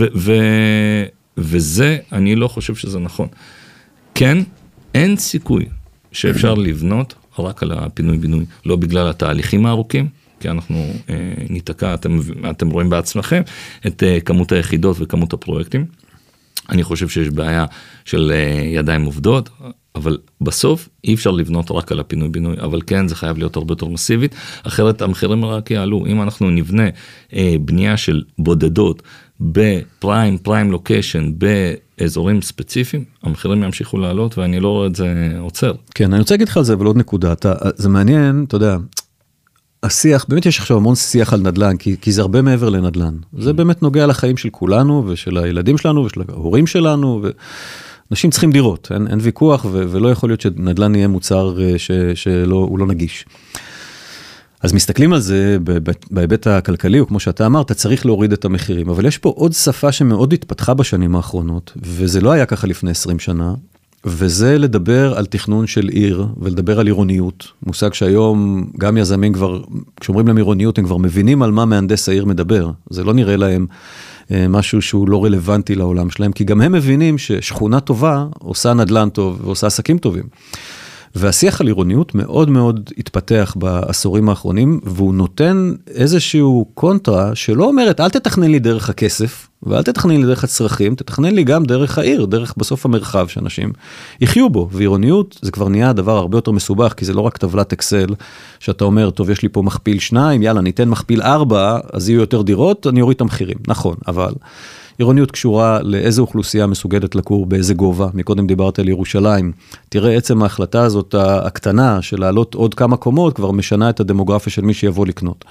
וזה, אני לא חושב שזה נכון. כן, אין סיכוי שאפשר לבנות רק על הפינוי בינוי, לא בגלל התהליכים הארוכים, כי אנחנו ניתקע, אתם רואים בעצמכם את כמות היחידות וכמות הפרויקטים. אני חושב שיש בעיה של ידיים עובדות, אבל בסוף אי אפשר לבנות רק על הפינוי בינוי, אבל כן, זה חייב להיות הרבה יותר מסיבית, אחרת המחירים רק יעלו. אם אנחנו נבנה בנייה של בודדות בפריים לוקיישן, באזורים ספציפיים, המחירים ימשיכו לעלות, ואני לא רואה את זה עוצר. כן, אני רוצה להגיד לך על זה, אבל עוד נקודה. זה מעניין, אתה יודע, השיח, באמת יש עכשיו המון שיח על נדל"ן, כי זה הרבה מעבר לנדל"ן. זה באמת נוגע לחיים של כולנו, ושל הילדים שלנו, ושל ההורים שלנו, אנשים צריכים דירות, אין ויכוח, ולא יכול להיות שנדל"ן יהיה מוצר שהוא לא נגיש. אז מסתכלים על זה בהיבט הכלכלי, או כמו שאתה אמרת, צריך להוריד את המחירים, אבל יש פה עוד שפה שמאוד התפתחה בשנים האחרונות, וזה לא היה ככה לפני 20 שנה, וזה לדבר על תכנון של עיר, ולדבר על עירוניות, מושג שהיום גם יזמים כבר, כשאומרים להם עירוניות, הם כבר מבינים על מה מהנדס העיר מדבר, זה לא נראה להם משהו שהוא לא רלוונטי לעולם שלהם, כי גם הם מבינים ששכונה טובה עושה נדל"ן טוב ועושה עסקים טובים. והשיח על עירוניות מאוד מאוד התפתח בעשורים האחרונים, והוא נותן איזשהו קונטרה שלא אומרת, אל תתכנן לי דרך הכסף, ואל תתכנן לי דרך הצרכים, תתכנן לי גם דרך העיר, דרך בסוף המרחב שאנשים יחיו בו. ועירוניות זה כבר נהיה דבר הרבה יותר מסובך, כי זה לא רק טבלת אקסל, שאתה אומר, טוב, יש לי פה מכפיל 2, יאללה, ניתן מכפיל 4, אז יהיו יותר דירות, אני אוריד את המחירים. נכון, אבל עירוניות קשורה לאיזו אוכלוסייה מסוגלת לקור באיזה גובה. מקודם דיברת על ירושלים. תראה, עצם ההחלטה הזאת הקטנה של לעלות עוד כמה קומות, כבר משנה את הדמוגרפיה של מי שיבוא לקנות.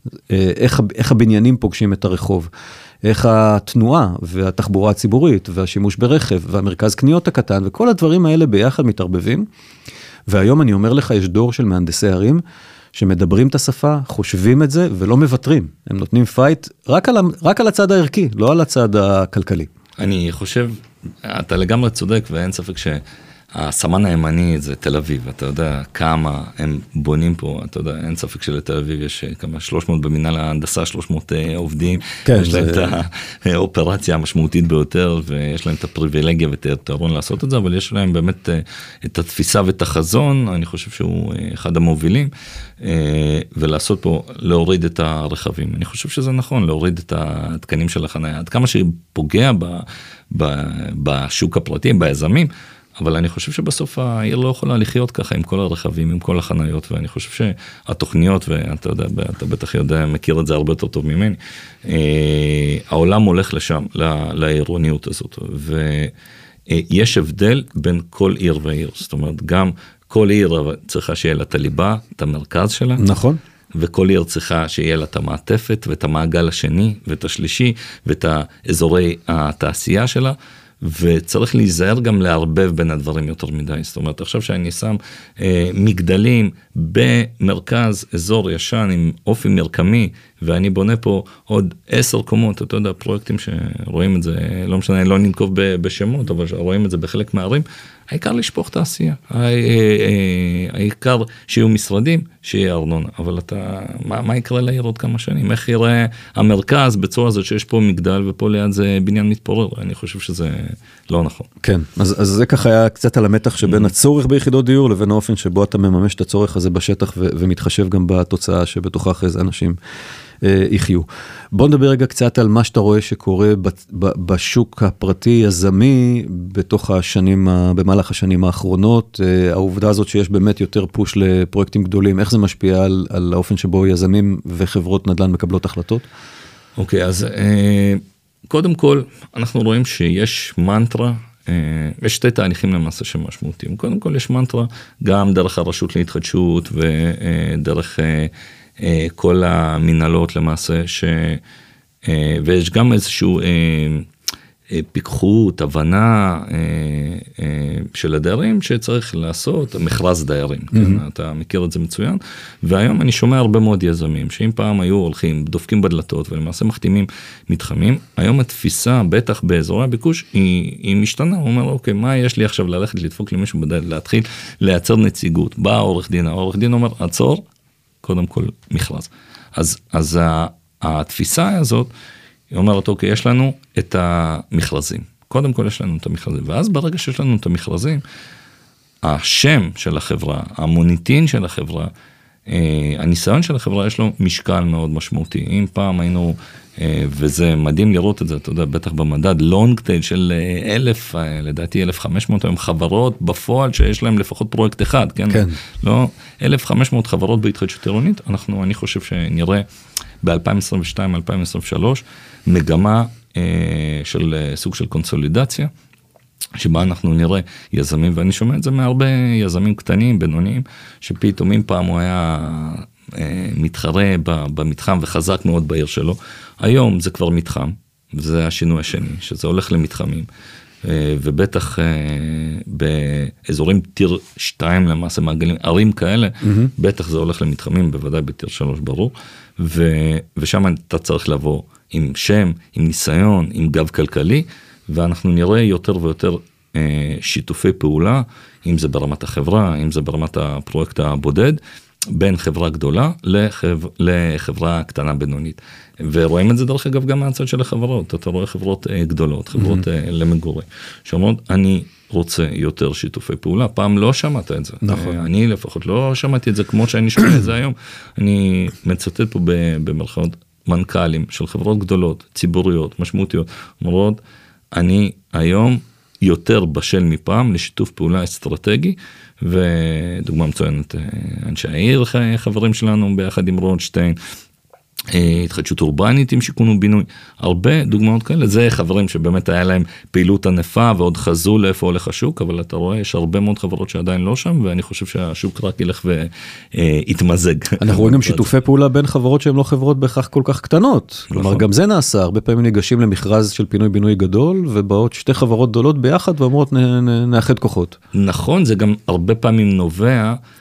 איך הבניינים פוגשים את הרחוב. איך התנועה והתחבורה הציבורית והשימוש ברכב והמרכז קניות הקטן וכל הדברים האלה ביחד מתערבבים. והיום אני אומר לך, יש דור של מהנדסי ערים שמדברים את השפה, חושבים את זה ולא מוותרים. הם נותנים פייט רק על הצד הערכי, לא על הצד הכלכלי. אני חושב, אתה לגמרי צודק ואין ספק הסמן הימני זה תל אביב, אתה יודע כמה הם בונים פה, אתה יודע, אין ספק שלתל אביב יש כמה 300 במנהל ההנדסה, 300 עובדים, כן, יש להם את האופרציה המשמעותית ביותר, ויש להם את הפריבילגיה ואת היתרון לעשות את זה, אבל יש להם באמת את התפיסה ואת החזון, אני חושב שהוא אחד המובילים, ולעשות פה, להוריד את הרכבים. אני חושב שזה נכון, להוריד את התקנים של החנייה, עד כמה שפוגע בשוק הפרטי, ביזמים, אבל אני חושב שבסוף העיר לא יכולה לחיות ככה עם כל הרכבים, עם כל החניות, ואני חושב שהתוכניות, ואתה יודע, אתה בטח יודע, מכיר את זה הרבה יותר טוב ממני, העולם הולך לשם, לעירוניות הזאת, ויש הבדל בין כל עיר ועיר, זאת אומרת, גם כל עיר צריכה שיהיה לה את הליבה, את המרכז שלה. נכון. וכל עיר צריכה שיהיה לה את המעטפת, ואת המעגל השני, ואת השלישי, ואת האזורי התעשייה שלה, וצריך להיזהר גם לערבב בין הדברים יותר מדי. זאת אומרת, עכשיו שאני שם מגדלים במרכז אזור ישן עם אופי מרקמי, ואני בונה פה עוד 10 קומות, אתה יודע, פרויקטים שרואים את זה, לא משנה, לא ננקוב בשמות, אבל רואים את זה בחלק מהערים, העיקר לשפוך תעשייה, העיקר שיהיו משרדים, שיהיה ארנונה, אבל מה יקרה לעיר עוד כמה שנים? איך יראה המרכז בצורה הזאת שיש פה מגדל ופה ליד זה בניין מתפורר? אני חושב שזה לא נכון. כן, אז זה ככה היה קצת על המתח שבין הצורך ביחידות דיור לבין האופן שבו אתה מממש את הצורך הזה בשטח ומתחשב גם בתוצאה שבתוכה אחרי זה אנשים יחיו. בוא נדבר רגע קצת על מה שאתה רואה שקורה בשוק הפרטי יזמי בתוך השנים, במהלך השנים האחרונות, העובדה הזאת שיש באמת יותר פוש לפרויקטים גדולים, איך זה משפיע על האופן שבו יזמים וחברות נדל"ן מקבלות החלטות? אוקיי, אז קודם כל אנחנו רואים שיש מנטרה, יש שתי תהליכים למעשה שמשמעותיים. קודם כל יש מנטרה גם דרך הרשות להתחדשות ודרך כל המנהלות למעשה, ויש גם איזשהו פיקחות, הבנה של הדיירים שצריך לעשות, מכרז דיירים, כן? אתה מכיר את זה מצוין, והיום אני שומע הרבה מאוד יזמים, שאם פעם היו הולכים, דופקים בדלתות, ולמעשה מחתימים מתחמים, היום התפיסה, בטח באזורי הביקוש, היא משתנה, הוא אומר, אוקיי, מה יש לי עכשיו ללכת לדפוק למישהו בדלת, להתחיל לייצר נציגות, בא העורך דין אומר, עצור, קודם כל מכרז. אז התפיסה הזאת, היא אומרת, אוקיי, יש לנו את המכרזים. קודם כל יש לנו את המכרזים. ואז ברגע שיש לנו את המכרזים, השם של החברה, המוניטין של החברה, הניסיון של החברה, יש לו משקל מאוד משמעותי. אם פעם היינו, וזה מדהים לראות את זה, אתה יודע, בטח במדד, לונג טייל של 1,000, לדעתי 1,500, הם חברות בפועל שיש להם לפחות פרויקט אחד, כן? כן. לא, 1,500 חברות בהתחדשות עירונית, אני חושב שנראה ב-2022-2023, מגמה של סוג של קונסולידציה, שבה אנחנו נראה יזמים, ואני שומע את זה מהרבה יזמים קטנים, בינוניים, שפתאום אם פעם הוא היה מתחרה במתחם וחזק מאוד בעיר שלו, היום זה כבר מתחם, וזה השינוי השני, שזה הולך למתחמים, ובטח באזורים טיר 2 למעשה מעגלים, ערים כאלה, בטח זה הולך למתחמים, בוודאי בטיר 3 ברור, ושם אתה צריך לבוא עם שם, עם ניסיון, עם גב כלכלי, ואנחנו נראה יותר ויותר שיתופי פעולה, אם זה ברמת החברה, אם זה ברמת הפרויקט הבודד, בין חברה גדולה לחברה קטנה בינונית. ורואים את זה דרך אגב גם מהצד של החברות, אתה רואה חברות גדולות, חברות למגורי, שאומרות, אני רוצה יותר שיתופי פעולה, פעם לא שמעת את זה. נכון. אני לפחות לא שמעתי את זה כמו שאני שומע את זה היום. אני מצטט פה במרכאות מנכ"לים של חברות גדולות, ציבוריות, משמעותיות, אומרות, אני היום יותר בשל מפעם לשיתוף פעולה אסטרטגי, ודוגמה מצוינת, אנשי העיר, חברים שלנו ביחד עם רוטשטיין, התחדשות אורבנית עם שיכון ובינוי, הרבה דוגמאות כאלה, זה חברים שבאמת היה להם פעילות ענפה ועוד חזו לאיפה הולך השוק, אבל אתה רואה, יש הרבה מאוד חברות שעדיין לא שם, ואני חושב שהשוק רק ילך ויתמזג. אנחנו רואים גם שיתופי פעולה בין חברות שהן לא חברות בהכרח כל כך קטנות, כלומר גם זה נעשה, הרבה פעמים ניגשים למכרז של פינוי בינוי גדול, ובאות שתי חברות גדולות ביחד ואומרות נאחד כוחות. נכון, זה גם הרבה פעמים נובע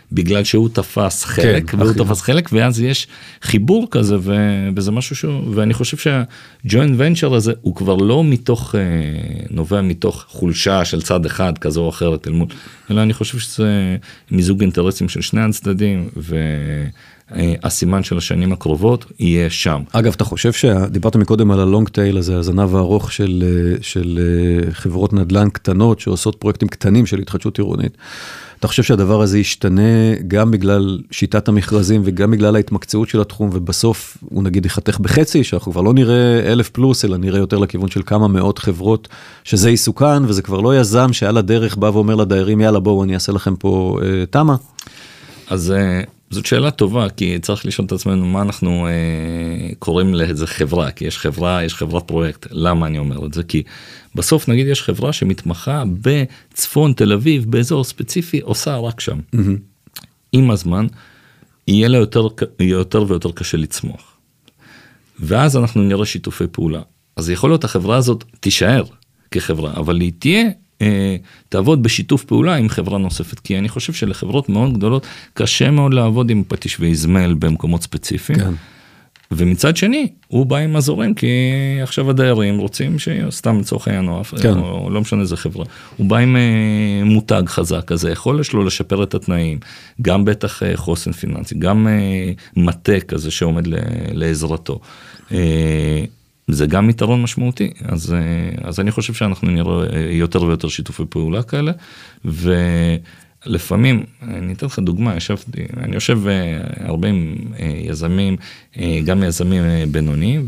בגלל שהוא תפס חלק, והוא תפס חלק, ואז יש חיבור כזה, וזה משהו ואני חושב שהג'וינט ונצ'ר הזה, הוא כבר לא מתוך, נובע מתוך חולשה של צד אחד, כזו או אחרת אל מול, אלא אני חושב שזה מיזוג אינטרסים של שני הצדדים, הסימן של השנים הקרובות יהיה שם. אגב, אתה חושב שדיברת מקודם על הלונג טייל הזה, הזנב הארוך של חברות נדל"ן קטנות, שעושות פרויקטים קטנים של התחדשות עירונית, אתה חושב שהדבר הזה ישתנה גם בגלל שיטת המכרזים, וגם בגלל ההתמקצעות של התחום, ובסוף הוא נגיד יחתך בחצי, שאנחנו כבר לא נראה 1,000 פלוס, אלא נראה יותר לכיוון של כמה מאות חברות, שזה עיסוקן, וזה כבר לא יזם שעל הדרך בא ואומר לדיירים, יאללה בואו אני אעשה לכם פה תמה. אז זאת שאלה טובה, כי צריך לשאול את עצמנו מה אנחנו קוראים לאיזה חברה, כי יש חברת פרויקט. למה אני אומר את זה? כי בסוף נגיד יש חברה שמתמחה בצפון תל אביב, באזור ספציפי, עושה רק שם. עם הזמן, יהיה לה יותר ויותר קשה לצמוח. ואז אנחנו נראה שיתופי פעולה. אז יכול להיות החברה הזאת תישאר כחברה, אבל היא תהיה תעבוד בשיתוף פעולה עם חברה נוספת, כי אני חושב שלחברות מאוד גדולות קשה מאוד לעבוד עם פטיש ואזמל במקומות ספציפיים, כן. ומצד שני הוא בא עם אזורים, כי עכשיו הדיירים רוצים שסתם לצורך הענף, כן. או לא משנה איזה חברה, הוא בא עם מותג חזק, אז יכול יש לו לשפר את התנאים, גם בטח חוסן פיננסי, גם מטה כזה שעומד לעזרתו, זה גם יתרון משמעותי, אז אני חושב שאנחנו נראה יותר ויותר שיתופי פעולה כאלה, ולפעמים, אני אתן לך דוגמה, אני יושב הרבה עם יזמים, גם יזמים בינוניים,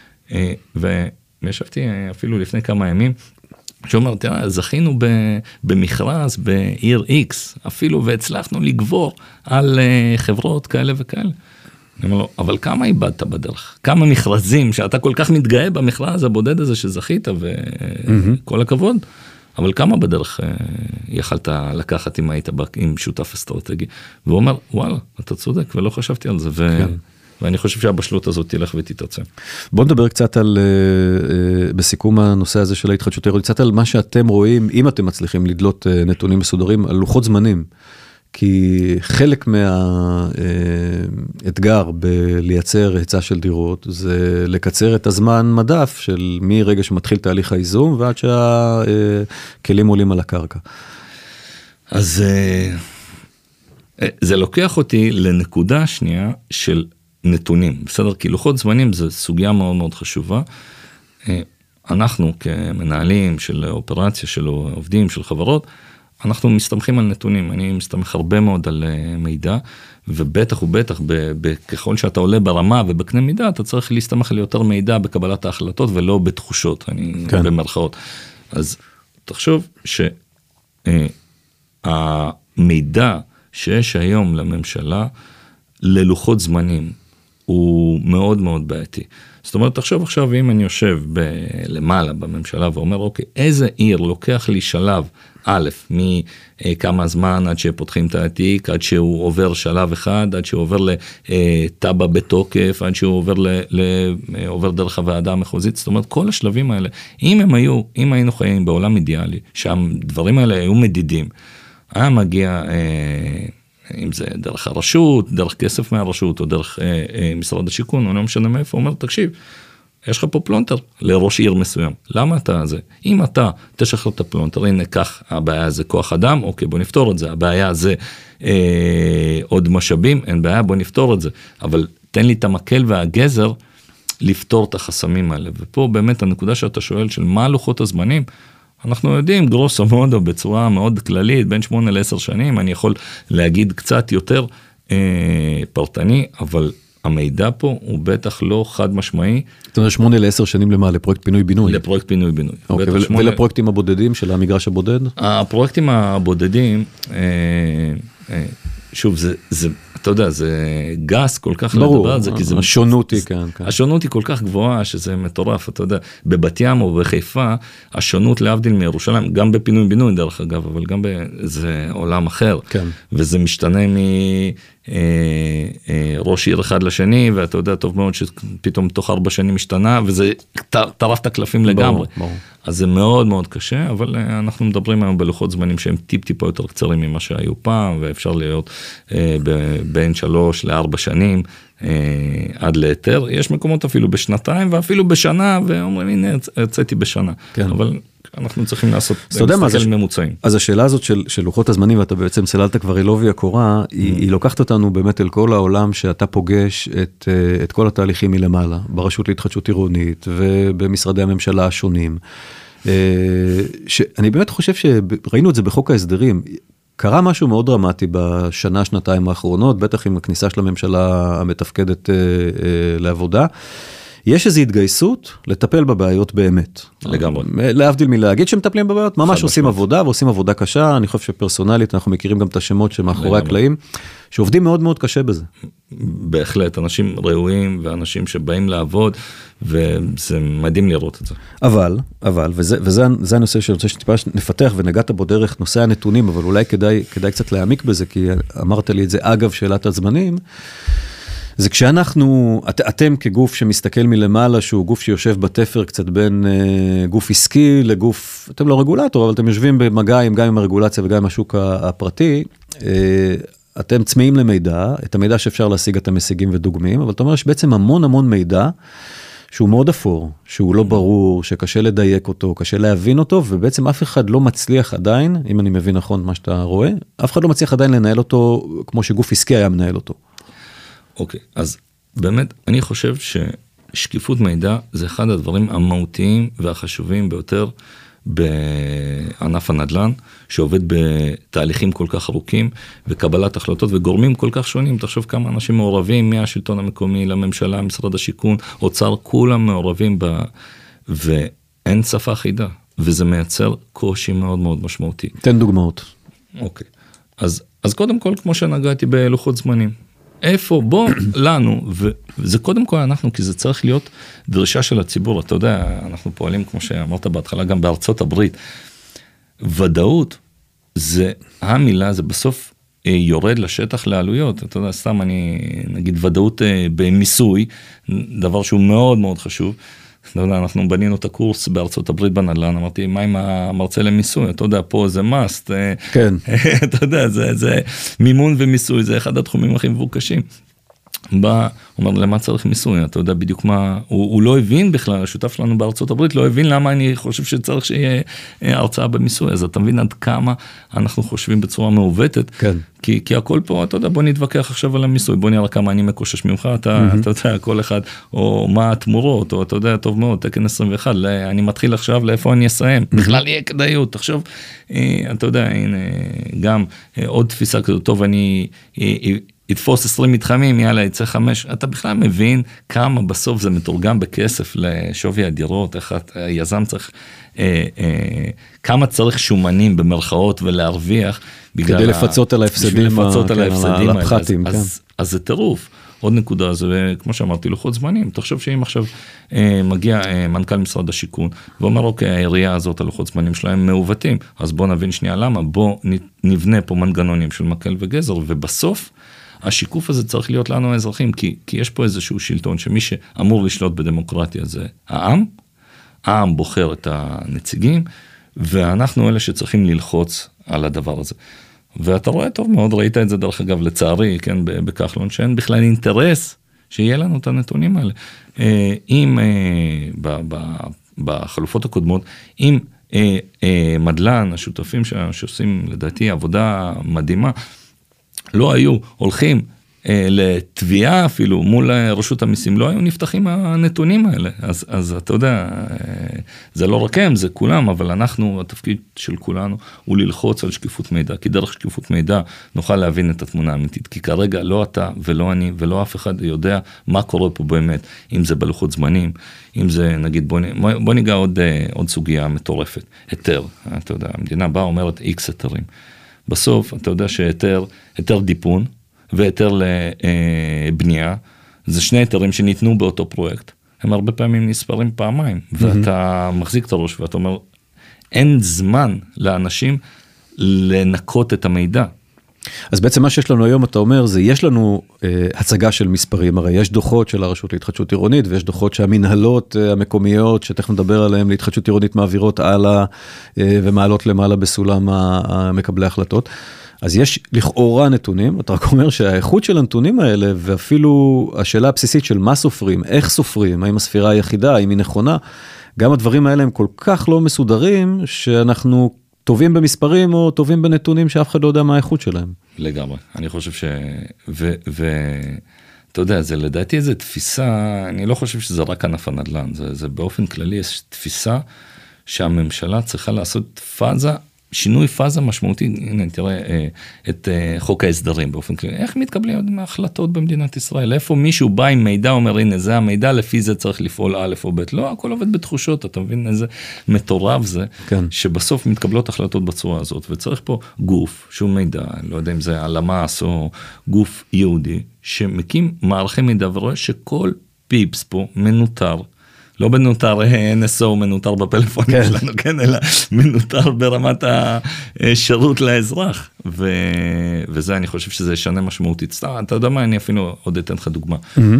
וישבתי אפילו לפני כמה ימים, שאומר, תראה, זכינו במכרז בעיר X, אפילו והצלחנו לגבור על חברות כאלה וכאלה. אני אומר לו, אבל כמה איבדת בדרך? כמה מכרזים שאתה כל כך מתגאה במכרז הבודד הזה שזכית, וכל הכבוד, אבל כמה בדרך יכלת לקחת אם היית עם שותף אסטרטגי? והוא אומר, וואלה, אתה צודק, ולא חשבתי על זה, ואני חושב שהבשלות הזאת תלך ותתעצם. בוא נדבר קצת על, בסיכום הנושא הזה של ההתחדשות העירונית, קצת על מה שאתם רואים, אם אתם מצליחים לדלות נתונים מסודרים, על לוחות זמנים. כי חלק מהאתגר בלייצר היצע של דירות, זה לקצר את הזמן מדף של מרגע שמתחיל תהליך האיזום, ועד שהכלים עולים על הקרקע. אז זה לוקח אותי לנקודה שנייה של נתונים, בסדר? כי לוחות זמנים זה סוגיה מאוד מאוד חשובה. אנחנו כמנהלים של אופרציה, של עובדים, של חברות, אנחנו מסתמכים על נתונים, אני מסתמך הרבה מאוד על מידע, ובטח ובטח, ככל שאתה עולה ברמה ובקנה מידע, אתה צריך להסתמך על יותר מידע בקבלת ההחלטות, ולא בתחושות, במרכאות. אז תחשוב שהמידע שיש היום לממשלה, ללוחות זמנים, הוא מאוד מאוד בעייתי. זאת אומרת, תחשוב עכשיו, אם אני יושב למעלה בממשלה, ואומר, אוקיי, איזה עיר לוקח לי שלב, א', מכמה זמן עד שפותחים את העתיק, עד שהוא עובר שלב אחד, עד שהוא עובר לטאבה בתוקף, עד שהוא עובר דרך הוועדה המחוזית, זאת אומרת, כל השלבים האלה, אם היינו חיים בעולם אידיאלי, שהדברים האלה היו מדידים, היה מגיע אם זה דרך הרשות, דרך כסף מהרשות, או דרך משרד השיכון, או לא משנה מאיפה, הוא אומר, תקשיב, יש לך פה פלונטר לראש עיר מסוים. למה אתה זה? אם אתה תשחרר את הפלונטר, הנה כך, הבעיה זה כוח אדם, אוקיי, בוא נפתור את זה. הבעיה זה עוד משאבים, אין בעיה, בוא נפתור את זה. אבל תן לי את המקל והגזר לפתור את החסמים האלה. ופה באמת הנקודה שאתה שואל של מה לוחות הזמנים, אנחנו יודעים, גרוסו מודו, בצורה מאוד כללית, בין 8 ל-10 שנים, אני יכול להגיד קצת יותר פרטני, אבל המידע פה הוא בטח לא חד משמעי. זאת אומרת, 8 ל-10 שנים למה? לפרויקט פינוי-בינוי? לפרויקט פינוי-בינוי. ולפרויקטים הבודדים של המגרש הבודד? הפרויקטים הבודדים, שוב, זה, אתה יודע, זה גס כל כך לדבר על זה, כי זה... השונות היא כאן. השונות היא כל כך גבוהה, שזה מטורף, אתה יודע, בבת ים או בחיפה, השונות להבדיל מירושלים, גם בפינוי-בינוי דרך אגב, אבל גם זה עולם אחר, וזה משתנה ראש עיר אחד לשני, ואתה יודע טוב מאוד שפתאום תוך 4 שנים משתנה, וזה טרף את הקלפים לגמרי. אז זה מאוד מאוד קשה, אבל אנחנו מדברים היום בלוחות זמנים שהם טיפה יותר קצרים ממה שהיו פעם, ואפשר להיות בין 3 ל4 שנים, עד ליתר. יש מקומות אפילו בשנתיים, ואפילו בשנה, ואומרים, הנה, יצאתי בשנה. אבל אנחנו צריכים לעשות מסתכל ממוצעים. אז השאלה הזאת של לוחות הזמנים, ואתה בעצם צללת כבר אלובי הקורה, היא לוקחת אותנו באמת אל כל העולם שאתה פוגש את כל התהליכים מלמעלה, ברשות להתחדשות עירונית, ובמשרדי הממשלה השונים. שאני באמת חושב שראינו את זה בחוק ההסדרים, קרה משהו מאוד דרמטי בשנה, שנתיים האחרונות, בטח עם הכניסה של הממשלה המתפקדת לעבודה, יש איזו התגייסות לטפל בבעיות באמת. לגמרי. להבדיל מלהגיד שמטפלים בבעיות, ממש עושים עבודה, ועושים עבודה קשה, אני חושב שפרסונלית, אנחנו מכירים גם את השמות שמאחורי הקלעים, שעובדים מאוד מאוד קשה בזה. בהחלט, אנשים ראויים, ואנשים שבאים לעבוד, וזה מדהים לראות את זה. אבל, וזה הנושא שאני רוצה שטיפה נפתח, ונגעת בו דרך נושא הנתונים, אבל אולי כדאי קצת להעמיק בזה, כי אמרת לי את זה אגב שאלת הזמנים, זה כשאנחנו, אתם כגוף שמסתכל מלמעלה, שהוא גוף שיושב בתפר קצת בין גוף עסקי לגוף, אתם לא רגולטור, אבל אתם יושבים במגע גם עם הרגולציה וגם עם השוק הפרטי, אתם צמאים למידע, את המידע שאפשר להשיג אתם משיגים ודוגמים, אבל אתה אומר שבעצם המון מידע, שהוא מאוד אפור, שהוא לא ברור, שקשה לדייק אותו, קשה להבין אותו, ובעצם אף אחד לא מצליח עדיין, אם אני מבין נכון מה שאתה רואה, אף אחד לא מצליח עדיין לנהל אותו כמו שגוף עסקי היה מנהל אותו. אוקיי, אז באמת אני חושב ששקיפות מידע זה אחד הדברים המהותיים והחשובים ביותר בענף הנדל"ן, שעובד בתהליכים כל כך ארוכים, וקבלת החלטות וגורמים כל כך שונים. תחשוב כמה אנשים מעורבים, מהשלטון המקומי לממשלה, משרד השיכון, אוצר, כולם מעורבים ואין שפה אחידה, וזה מייצר קושי מאוד מאוד משמעותי. תן דוגמאות. אוקיי, אז קודם כל, כמו שנגעתי בלוחות זמנים, איפה, בוא לנו, וזה קודם כל אנחנו, כי זה צריך להיות דרישה של הציבור, אתה יודע, אנחנו פועלים, כמו שאמרת בהתחלה, גם בארצות הברית, ודאות, זה, המילה, זה בסוף יורד לשטח לעלויות, אתה יודע, סתם אני, נגיד, ודאות במיסוי, דבר שהוא מאוד מאוד חשוב, אתה יודע, אנחנו בנינו את הקורס בארצות הברית בנדל"ן, אמרתי, מה עם המרצה למיסוי? אתה יודע, פה זה must. כן. אתה יודע, זה מימון ומיסוי, זה אחד התחומים הכי מבוקשים. בא, אומר, למה צריך מיסוי? אתה יודע בדיוק מה, הוא לא הבין בכלל, השותף שלנו בארצות הברית לא הבין למה אני חושב שצריך שיהיה הרצאה במיסוי, אז אתה מבין עד כמה אנחנו חושבים בצורה מעוותת, כן. כי הכל פה, אתה יודע, בוא נתווכח עכשיו על המיסוי, בוא נראה כמה אני מקושש ממך, אתה יודע, כל אחד, או מה התמורות, או אתה יודע, טוב מאוד, תקן 21, אני מתחיל עכשיו, לאיפה אני אסיים? בכלל יהיה כדאיות, תחשוב, אתה יודע, הנה, גם עוד תפיסה כזאת, טוב, אני יתפוס 20 מתחמים, יאללה, יצא 5, אתה בכלל מבין כמה בסוף זה מתורגם בכסף לשווי הדירות, איך היזם צריך, כמה צריך שומנים במרכאות ולהרוויח, כדי לפצות על ההפסדים, על הפחתים, אז זה טירוף. עוד נקודה, זה כמו שאמרתי, לוחות זמנים, תחשוב שאם עכשיו מגיע מנכ"ל משרד השיכון, ואומר, אוקיי, העירייה הזאת, הלוחות זמנים שלהם מעוותים, אז בוא נבין שנייה למה, בוא נבנה פה מנגנונים של מקל וגזר, ובסוף, השיקוף הזה צריך להיות לנו האזרחים, כי יש פה איזשהו שלטון, שמי שאמור לשלוט בדמוקרטיה זה העם בוחר את הנציגים, ואנחנו אלה שצריכים ללחוץ על הדבר הזה. ואתה רואה טוב מאוד, ראית את זה דרך אגב לצערי, כן, בכחלון, שאין בכלל אינטרס שיהיה לנו את הנתונים האלה. אם בחלופות הקודמות, אם מדלן, השותפים שעושים לדעתי עבודה מדהימה, לא היו הולכים לתביעה אפילו מול רשות המיסים, לא היו נפתחים הנתונים האלה. אז אתה יודע, זה לא רק הם, זה כולם, אבל אנחנו, התפקיד של כולנו הוא ללחוץ על שקיפות מידע, כי דרך שקיפות מידע נוכל להבין את התמונה האמיתית, כי כרגע לא אתה ולא אני ולא אף אחד יודע מה קורה פה באמת, אם זה בלוחות זמנים, אם זה נגיד, בוא ניגע עוד סוגיה מטורפת, היתר, אתה יודע, המדינה באה אומרת X היתרים. בסוף אתה יודע שהיתר דיפון, והיתר לבנייה, זה שני היתרים שניתנו באותו פרויקט, הם הרבה פעמים נספרים פעמיים, ואתה מחזיק את הראש, ואתה אומר, אין זמן לאנשים לנקות את המידע. אז בעצם מה שיש לנו היום, אתה אומר, זה יש לנו הצגה של מספרים, הרי יש דוחות של הרשות להתחדשות עירונית, ויש דוחות שהמנהלות המקומיות, שתכף נדבר עליהן, להתחדשות עירונית מעבירות הלאה, ומעלות למעלה בסולם המקבלי החלטות. אז יש לכאורה נתונים, אתה רק אומר שהאיכות של הנתונים האלה, ואפילו השאלה הבסיסית של מה סופרים, איך סופרים, האם הספירה היחידה, האם היא נכונה, גם הדברים האלה הם כל כך לא מסודרים, שאנחנו טובים במספרים או טובים בנתונים שאף אחד לא יודע מה האיכות שלהם. לגמרי. אני חושב אתה יודע, זה לדעתי איזו תפיסה, אני לא חושב שזה רק ענף הנדל"ן, זה באופן כללי יש תפיסה שהממשלה צריכה לעשות שינוי פאזה משמעותי. הנה, תראה את חוק ההסדרים באופן כללי. איך מתקבלים ההחלטות במדינת ישראל? איפה מישהו בא עם מידע, אומר, הנה, זה המידע, לפי זה צריך לפעול א' או ב'. לא, הכל עובד בתחושות, אתה מבין איזה מטורף זה, כן. שבסוף מתקבלות החלטות בצורה הזאת, וצריך פה גוף, שהוא מידע, לא יודע אם זה הלמ"ס או גוף יהודי, שמקים מערכי מידע ורואה שכל פיפס פה מנותר, לא מנותר NSO, מנותר בפלאפון שלנו, כן, אלא מנותר ברמת השירות לאזרח, וזה אני חושב שזה ישנה משמעותית. אתה יודע מה, אני אפילו עוד אתן לך דוגמה.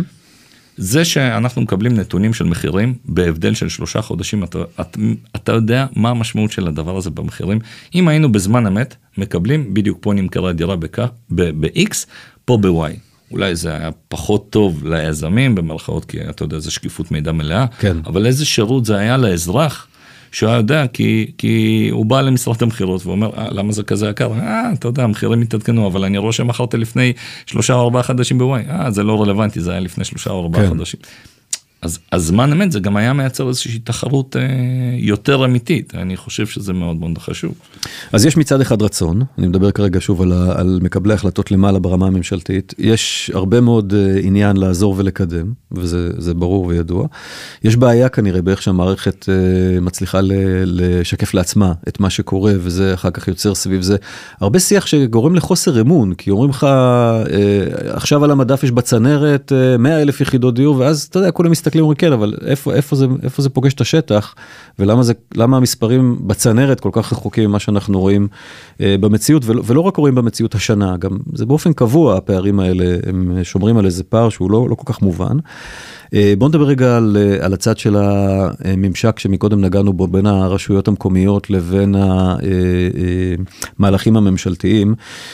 זה שאנחנו מקבלים נתונים של מחירים, בהבדל של 3 חודשים, אתה יודע מה המשמעות של הדבר הזה במחירים. אם היינו בזמן אמת, מקבלים, בדיוק פה נמכרה דירה ב-X, פה ב-Y. אולי זה היה פחות טוב ליזמים במרכאות, כי אתה יודע, זה שקיפות מידע מלאה, כן. אבל איזה שירות זה היה לאזרח, שהוא יודע, כי הוא בא למשרד המחירות, ואומר, למה זה כזה יקר? אתה יודע, המחירים מתעדכנו, אבל אני רואה שמכרת לפני 3 או 4 חודשים בוואי, זה לא רלוונטי, זה היה לפני 3 או 4 חודשים. אז זמן אמת זה גם היה מייצר איזושהי תחרות יותר אמיתית, אני חושב שזה מאוד מאוד חשוב. אז יש מצד אחד רצון, אני מדבר כרגע שוב על מקבלי החלטות למעלה ברמה הממשלתית, יש הרבה מאוד עניין לעזור ולקדם, וזה ברור וידוע. יש בעיה כנראה באיך שהמערכת מצליחה לשקף לעצמה את מה שקורה, וזה אחר כך יוצר סביב זה הרבה שיח שגורם לחוסר אמון, כי אומרים לך, עכשיו על המדף יש בצנרת 100,000 יחידות דיור, ואז אתה יודע, כולם מסתכלים אומרים, כן, אבל איפה זה פוגש את השטח, ולמה המספרים בצנרת כל כך רחוקים ממה שאנחנו רואים במציאות, ולא רק רואים במציאות השנה, גם זה באופן קבוע, הפערים האלה, הם שומרים על איזה פער שהוא לא כל כך מובן. בואו נדבר רגע על הצד של הממשק שמקודם נגענו בו, בין הרשויות המקומיות לבין המהלכים הממשלתיים.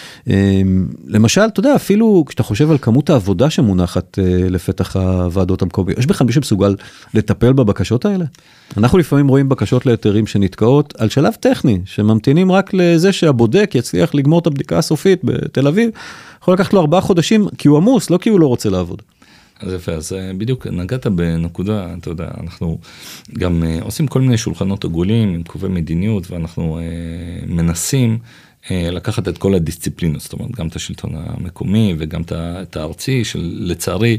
למשל, אתה יודע, אפילו כשאתה חושב על כמות העבודה שמונחת לפתח הוועדות המקומיות, יש בכלל מי שמסוגל לטפל בבקשות האלה? אנחנו לפעמים רואים בקשות להיתרים שנתקעות על שלב טכני, שממתינים רק לזה שהבודק יצליח לגמור את הבדיקה הסופית בתל אביב, יכול לקחת לו 4 חודשים, כי הוא עמוס, לא כי הוא לא רוצה לעבוד. אז יפה, אז בדיוק נגעת בנקודה, אתה יודע, אנחנו גם עושים כל מיני שולחנות עגולים עם קובעי מדיניות, ואנחנו מנסים לקחת את כל הדיסציפלינות, זאת אומרת, גם את השלטון המקומי וגם את הארצי, שלצערי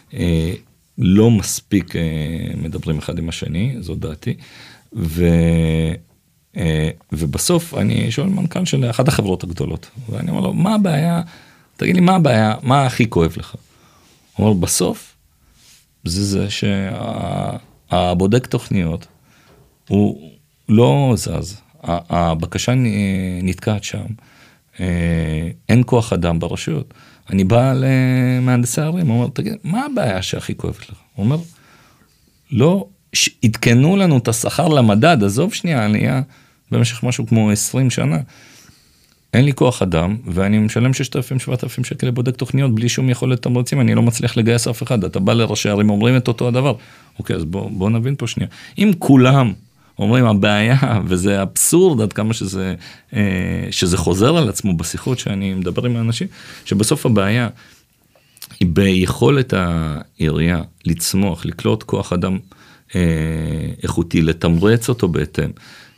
לא מספיק מדברים אחד עם השני, זו דעתי, ובסוף אני שואל מנכ"ל של אחת החברות הגדולות, ואני אומר לו, מה הבעיה? תגיד לי, מה הבעיה? מה הכי כואב לך? הוא אומר, בסוף, זה שהבודק תוכניות, הוא לא זז, הבקשה נתקעת שם, אין כוח אדם ברשויות. אני בא למהנדסי הערים, הוא אומר, תגיד, מה הבעיה שהכי כואבת לך? הוא אומר, לא, התקנו לנו את השכר למדד, עזוב שנייה, עלייה במשך משהו כמו 20 שנה, אין לי כוח אדם, ואני משלם 6,000-7,000 שקל לבודק תוכניות, בלי שום יכולת תמרוצים, אני לא מצליח לגייס אף אחד, אתה בא לראשי ערים, אומרים את אותו הדבר. אוקיי, אז בוא נבין פה שנייה. אם כולם אומרים, הבעיה, וזה אבסורד עד כמה שזה חוזר על עצמו בשיחות שאני מדבר עם האנשים, שבסוף הבעיה היא ביכולת העירייה לצמוח, לקלוט כוח אדם איכותי, לתמרץ אותו בהתאם,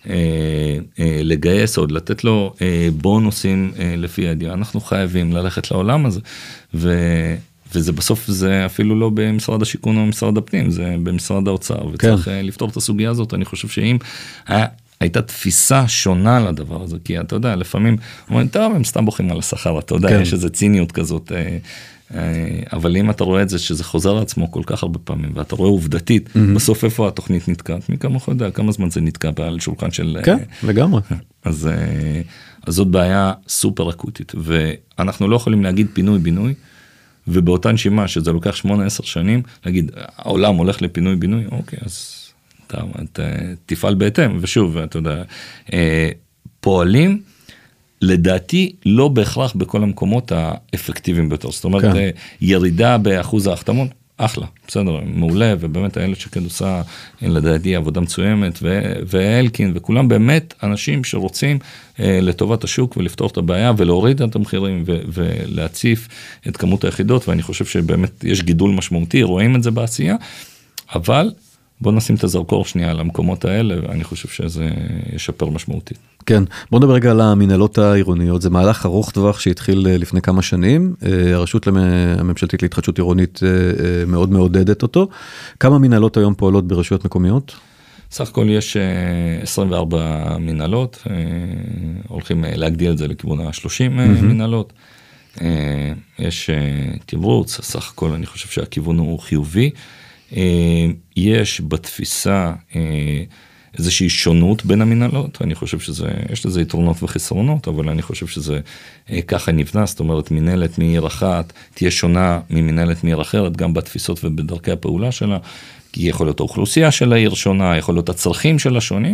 לגייס עוד, לתת לו בונוסים לפי הידיעה. אנחנו חייבים ללכת לעולם הזה, וזה בסוף זה אפילו לא במשרד השיכון או במשרד הפנים, זה במשרד האוצר, וצריך לפתור את הסוגיה הזאת. אני חושב שאם הייתה תפיסה שונה לדבר הזה, כי אתה יודע, לפעמים, אומרים, טוב, הם סתם בוכים על השכר, אתה יודע, יש איזו ציניות כזאת, אבל אם אתה רואה את זה, שזה חוזר לעצמו כל כך הרבה פעמים, ואתה רואה עובדתית, בסוף איפה התוכנית נתקעת, מי כמה יודע, כמה זמן זה נתקע על שולחן של... כן, לגמרי. אז זאת בעיה סופר אקוטית, ואנחנו לא יכולים להגיד פינוי-בינוי, ובאותה נשימה, שזה לוקח 8-10 שנים, להגיד, העולם הולך לפינוי-בינוי, אוקיי, אז תפעל בהתאם, ושוב, אתה יודע, פועלים, לדעתי, לא בהכרח בכל המקומות האפקטיביים ביותר, זאת אומרת, ירידה באחוז ההחתמות, אחלה, בסדר, מעולה, ובאמת הילד שכן עושה, לדעתי, עבודה מצוימת, ואלקין, וכולם באמת אנשים שרוצים לטובת השוק, ולפתור את הבעיה, ולהוריד את המחירים, ולהציף את כמות היחידות, ואני חושב שבאמת יש גידול משמעותי, רואים את זה בעשייה, אבל בוא נשים את הזרקור שנייה על המקומות האלה, ואני חושב שזה ישפר משמעותית. כן, בוא נדבר רגע על המנהלות העירוניות, זה מהלך ארוך טווח שהתחיל לפני כמה שנים, הרשות הממשלתית להתחדשות עירונית מאוד מעודדת אותו, כמה מנהלות היום פועלות ברשויות מקומיות? סך הכל יש 24 מנהלות, הולכים להגדיל את זה לכיוון ה-30 מנהלות, יש תמרוץ, סך הכל אני חושב שהכיוון הוא חיובי, יש בתפיסה איזושהי שונות בין המנהלות, אני חושב יש לזה יתרונות וחסרונות, אבל אני חושב שזה ככה נבנה, זאת אומרת מנהלת מעיר אחת תהיה שונה ממנהלת מעיר אחרת, גם בתפיסות ובדרכי הפעולה שלה, כי יכול להיות האוכלוסייה של העיר שונה, יכול להיות הצרכים של השונים,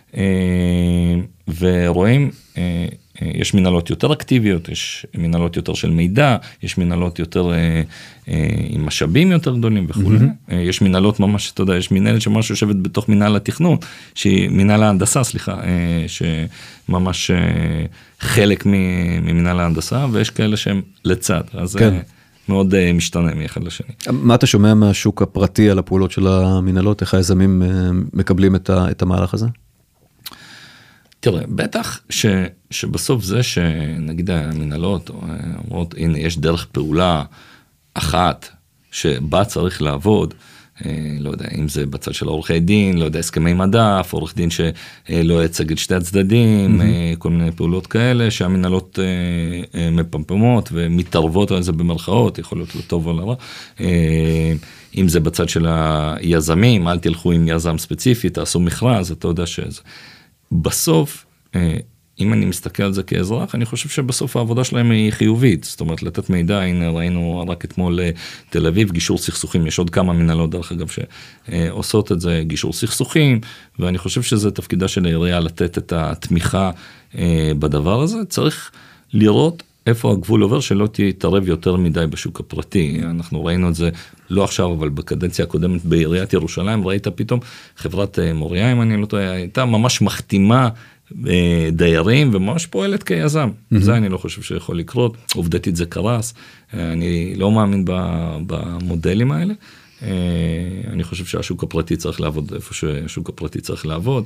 ורואים, יש מנהלות יותר אקטיביות, יש מנהלות יותר של מידע, יש מנהלות יותר עם משאבים יותר גדולים וכו'. יש מנהלות ממש, אתה יודע, יש מנהלת שממש יושבת בתוך מנהל התכנון, מנהל ההנדסה, סליחה, שממש חלק ממנהל ההנדסה, ויש כאלה שהם לצד, אז כן. מאוד משתנה מאחד לשני. מה אתה שומע מהשוק הפרטי על הפעולות של המנהלות? איך היזמים מקבלים את המהלך הזה? תראה, בטח שבסוף זה שנגיד המנהלות אומרות, הנה יש דרך פעולה אחת שבה צריך לעבוד, לא יודע, אם זה בצד של עורכי דין, לא יודע, הסכמי מדף, עורך דין שלא יצג את שתי הצדדים, כל מיני פעולות כאלה, שהמנהלות מפמפמות ומתערבות על זה במרכאות, יכול להיות לטוב או לרע, אם זה בצד של היזמים, אל תלכו עם יזם ספציפי, תעשו מכרז, אתה יודע שזה. בסוף, אם אני מסתכל על זה כאזרח, אני חושב שבסוף העבודה שלהם היא חיובית, זאת אומרת, לתת מידע, הנה ראינו רק אתמול תל אביב, גישור סכסוכים, יש עוד כמה מנהלות דרך אגב שעושות את זה, גישור סכסוכים, ואני חושב שזה תפקידה של העירייה לתת את התמיכה בדבר הזה, צריך לראות איפה הגבול עובר, שלא תתערב יותר מדי בשוק הפרטי, אנחנו ראינו את זה לא עכשיו, אבל בקדנציה הקודמת בעיריית ירושלים, ראית פתאום חברת מוריה, אם אני לא טועה, הייתה ממש מחתימה דיירים, וממש פועלת כיזם. זה אני לא חושב שיכול לקרות, עובדתית זה קרס, אני לא מאמין במודלים האלה, אני חושב שהשוק הפרטי צריך לעבוד איפה שהשוק הפרטי צריך לעבוד,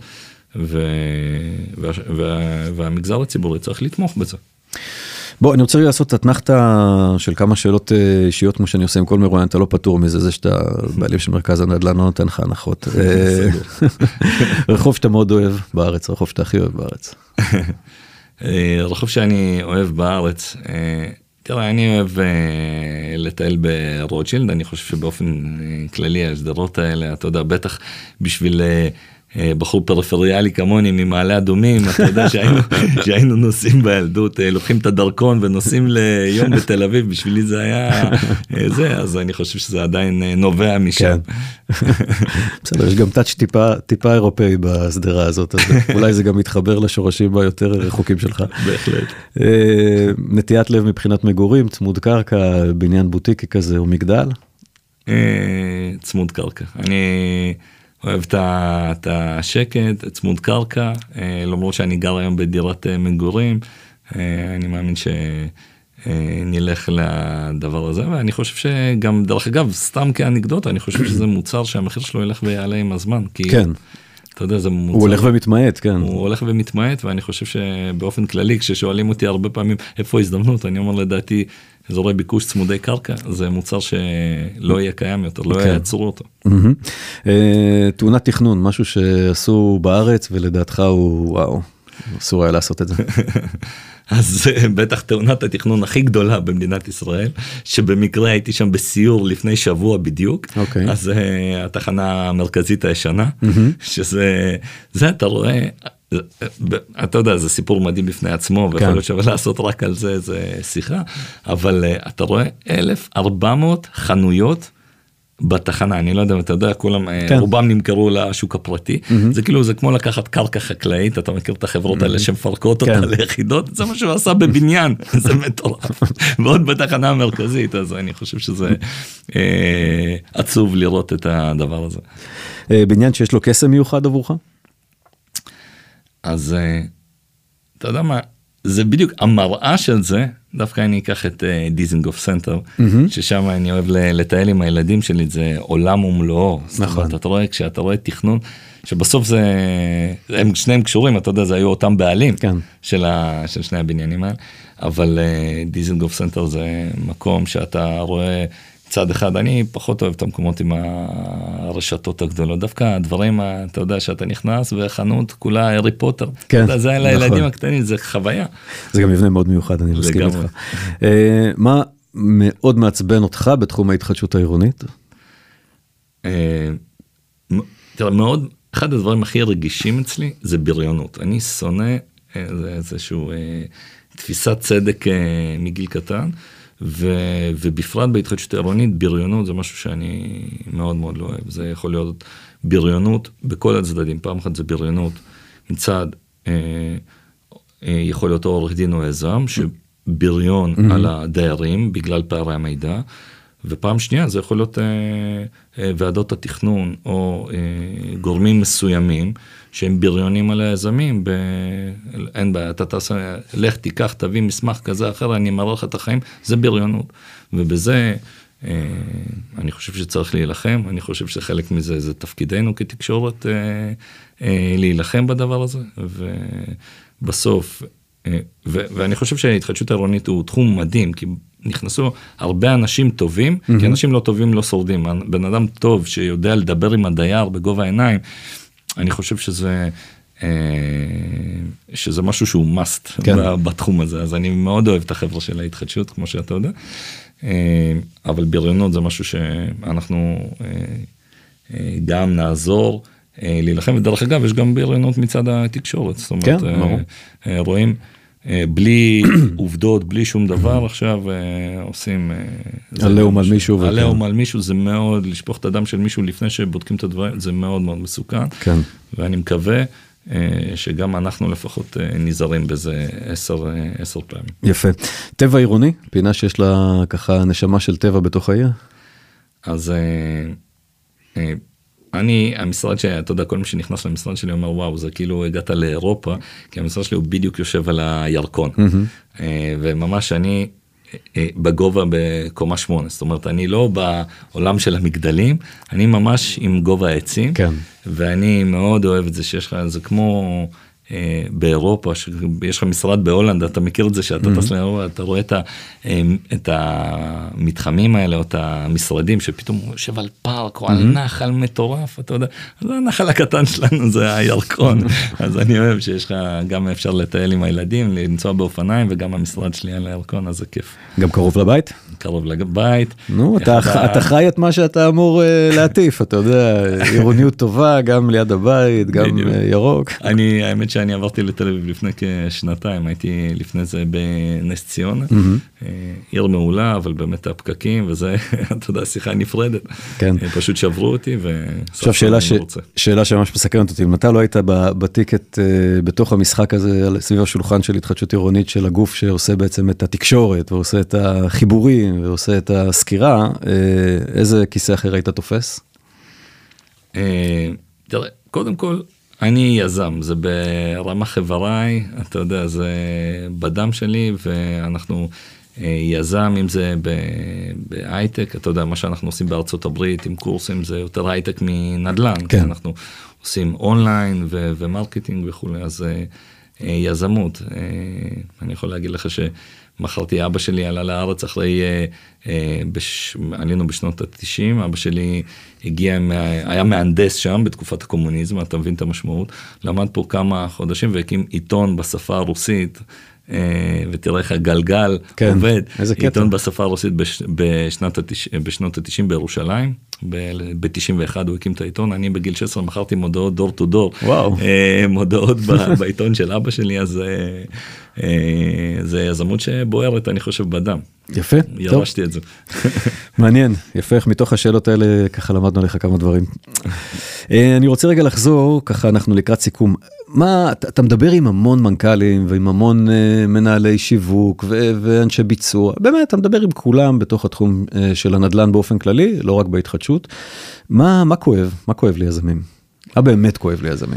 והמגזר הציבורי צריך לתמוך בזה. בוא, אני רוצה לעשות אתנחתה של כמה שאלות אישיות, כמו שאני עושה עם כל מרואיין, אתה לא פטור מזה, זה שאתה בעלים של מרכז הנדל"ן, לא נותן לך הנחות. רחוב שאתה מאוד אוהב בארץ, רחוב שאתה הכי אוהב בארץ. רחוב שאני אוהב בארץ, תראה, אני אוהב לטייל ברוטשילד, אני חושב שבאופן כללי, השדרות האלה, אתה יודע, בטח בשביל בחור פריפריאלי כמוני ממעלה אדומים, אתה יודע שהיינו נוסעים בילדות, לוקחים את הדרכון ונוסעים ליום בתל אביב, בשבילי זה היה זה, אז אני חושב שזה עדיין נובע משם. בסדר, יש גם טאץ' טיפה אירופאי בסדרה הזאת, אז אולי זה גם מתחבר לשורשים היותר רחוקים שלך. בהחלט. נטיית לב מבחינת מגורים, צמוד קרקע, בניין בוטיקי כזה, או מגדל? צמוד קרקע. אני אוהב את השקט, את צמוד קרקע, למרות שאני גר היום בדירת מגורים, אני מאמין שנלך לדבר הזה, ואני חושב שגם, דרך אגב, סתם כאנקדוטה, אני חושב שזה מוצר שהמחיר שלו ילך ויעלה עם הזמן, כי כן. אתה יודע, זה מוצר. הוא הולך ומתמעט, כן. הוא הולך ומתמעט, ואני חושב שבאופן כללי, כששואלים אותי הרבה פעמים איפה ההזדמנות, אני אומר לדעתי, אזורי ביקוש צמודי קרקע, זה מוצר שלא יהיה קיים יותר, לא יעצרו אותו. תאונת תכנון, משהו שעשו בארץ ולדעתך הוא וואו, אסור היה לעשות את זה. אז בטח תאונת התכנון הכי גדולה במדינת ישראל, שבמקרה הייתי שם בסיור לפני שבוע בדיוק, אז התחנה המרכזית הישנה, שזה אתה רואה, אתה יודע, זה סיפור מדהים בפני עצמו, ויכול להיות שווה לעשות רק על זה, זה שיחה, אבל אתה רואה 1,400 חנויות, בתחנה, אני לא יודע, אתה יודע, כולם, רובם נמכרו לשוק הפרטי, זה כאילו, זה כמו לקחת קרקע חקלאית, אתה מכיר את החברות האלה שמפרקות אותה ליחידות, זה מה שהוא עשה בבניין, זה מטורף, ועוד בתחנה המרכזית, אז אני חושב שזה עצוב לראות את הדבר הזה. בניין שיש לו קסם מיוחד עבורך? אז, אתה יודע מה, זה בדיוק המראה של זה, דווקא אני אקח את דיזינגוף סנטר, ששם אני אוהב לטייל עם הילדים שלי, זה עולם ומלואו. נכון. אתה רואה, כשאתה רואה תכנון, שבסוף זה, הם שניהם קשורים, אתה יודע, זה היו אותם בעלים של שני הבניינים האלה, אבל דיזינגוף סנטר זה מקום שאתה רואה צד אחד, אני פחות אוהב את המקומות עם הרשתות הגדולות, דווקא הדברים, אתה יודע, שאתה נכנס וחנות, כולה הארי פוטר, זה היה לילדים הקטנים, זה חוויה. זה גם מבנה מאוד מיוחד, אני מסכים איתך. מה מאוד מעצבן אותך בתחום ההתחדשות העירונית? תראה, מאוד, אחד הדברים הכי רגישים אצלי, זה בריונות. אני שונא איזשהו תפיסת צדק מגיל קטן, ובפרט בהתחדשות העירונית, בריונות זה משהו שאני מאוד מאוד לא אוהב. זה יכול להיות בריונות בכל הצדדים. פעם אחת זה בריונות מצד, יכול להיות עורך דין או יזם, שבריון על הדיירים בגלל פערי המידע, ופעם שנייה זה יכול להיות ועדות התכנון או גורמים מסוימים שהם בריונים על היזמים, אין בעיה, אתה תעשה, לך תיקח, תביא מסמך כזה אחר, אני מראה לך את החיים, זה בריונות. ובזה אני חושב שצריך להילחם, אני חושב שחלק מזה זה תפקידנו כתקשורת להילחם בדבר הזה, ובסוף, ואני חושב שההתחדשות העירונית הוא תחום מדהים, כי נכנסו הרבה אנשים טובים, כי אנשים לא טובים לא שורדים. בן אדם טוב שיודע לדבר עם הדייר בגובה העיניים, אני חושב שזה משהו שהוא must בתחום הזה. אז אני מאוד אוהב את החבר'ה של ההתחדשות, כמו שאתה יודע. אבל בריונות זה משהו שאנחנו גם נעזור להילחם. ודרך אגב, יש גם בריונות מצד התקשורת. זאת אומרת, רואים בלי עובדות, בלי שום דבר, עכשיו עושים עליהום על מישהו. עליהום על מישהו, זה מאוד, לשפוך את הדם של מישהו לפני שבודקים את הדברים, זה מאוד מאוד מסוכן. כן. ואני מקווה שגם אנחנו לפחות נזהרים בזה 10 פעמים. יפה. טבע עירוני, פינה שיש לה ככה נשמה של טבע בתוך העיר? אז המשרד אתה יודע, כל מי שנכנס למשרד שלי אומר, וואו, זה כאילו הגעת לאירופה, כי המשרד שלי הוא בדיוק יושב על הירקון. וממש אני בגובה בקומה 8, זאת אומרת, אני לא בעולם של המגדלים, אני ממש עם גובה העצים, ואני מאוד אוהב את זה שיש לך, זה כמו באירופה, יש לך משרד בהולנד, אתה מכיר את זה שאתה טס לאירופה, אתה רואה את המתחמים האלה, או את המשרדים, שפתאום הוא יושב על פארק, או על נחל מטורף, אתה יודע, אז הנחל הקטן שלנו זה הירקון, אז אני אוהב שיש לך, גם אפשר לטייל עם הילדים, לנסוע באופניים, וגם המשרד שלי על הירקון, אז זה כיף. גם קרוב לבית? קרוב לבית. נו, אתה חי את מה שאתה אמור להטיף, אתה יודע, עירוניות טובה, גם ליד הבית, גם ירוק. האמת שאני עברתי לתל אביב לפני כשנתיים, הייתי לפני זה בנס ציונה, עיר מעולה, אבל באמת הפקקים, וזה, אתה יודע, שיחה נפרדת. כן. פשוט שברו אותי, עכשיו שאלה שממש מסקרנת אותי, אם אתה לא היית בטיקט בתוך המשחק הזה, סביב השולחן של התחדשות עירונית, של הגוף שעושה בעצם את התקשורת, ועושה את החיבורים, ועושה את הסקירה, איזה כיסא אחר היית תופס? תראה, קודם כל, אני יזם, זה ברמה חבריי, אתה יודע, זה בדם שלי, ואנחנו יזם, אם זה בהייטק, אתה יודע, מה שאנחנו עושים בארצות הברית עם קורסים, זה יותר הייטק מנדל"ן, כן. אנחנו עושים אונליין ומרקטינג וכו', אז יזמות. אני יכול להגיד לך שמחרתי, אבא שלי עלה לארץ אחרי, עלינו בשנות ה-90, אבא שלי היה מהנדס שם בתקופת הקומוניזם, אתה מבין את המשמעות, למד פה כמה חודשים והקים עיתון בשפה הרוסית, ותראה איך הגלגל עובד, עיתון בשפה הרוסית בשנות ה-90 בירושלים, ב-91 הוא הקים את העיתון, אני בגיל 16 מכרתי מודעות דור טו דור, מודעות בעיתון של אבא שלי, אז זה יזמות שבוערת, אני חושב, בדם. יפה. ירשתי את זה. מעניין, יפה, מתוך השאלות האלה ככה למדנו עליך כמה דברים. אני רוצה רגע לחזור, ככה אנחנו לקראת סיכום. אתה מדבר עם המון מנכ"לים ועם המון מנהלי שיווק ואנשי ביצוע, באמת, אתה מדבר עם כולם בתוך התחום של הנדל"ן באופן כללי, לא רק בהתחדשות. מה כואב? מה כואב ליזמים? מה באמת כואב ליזמים?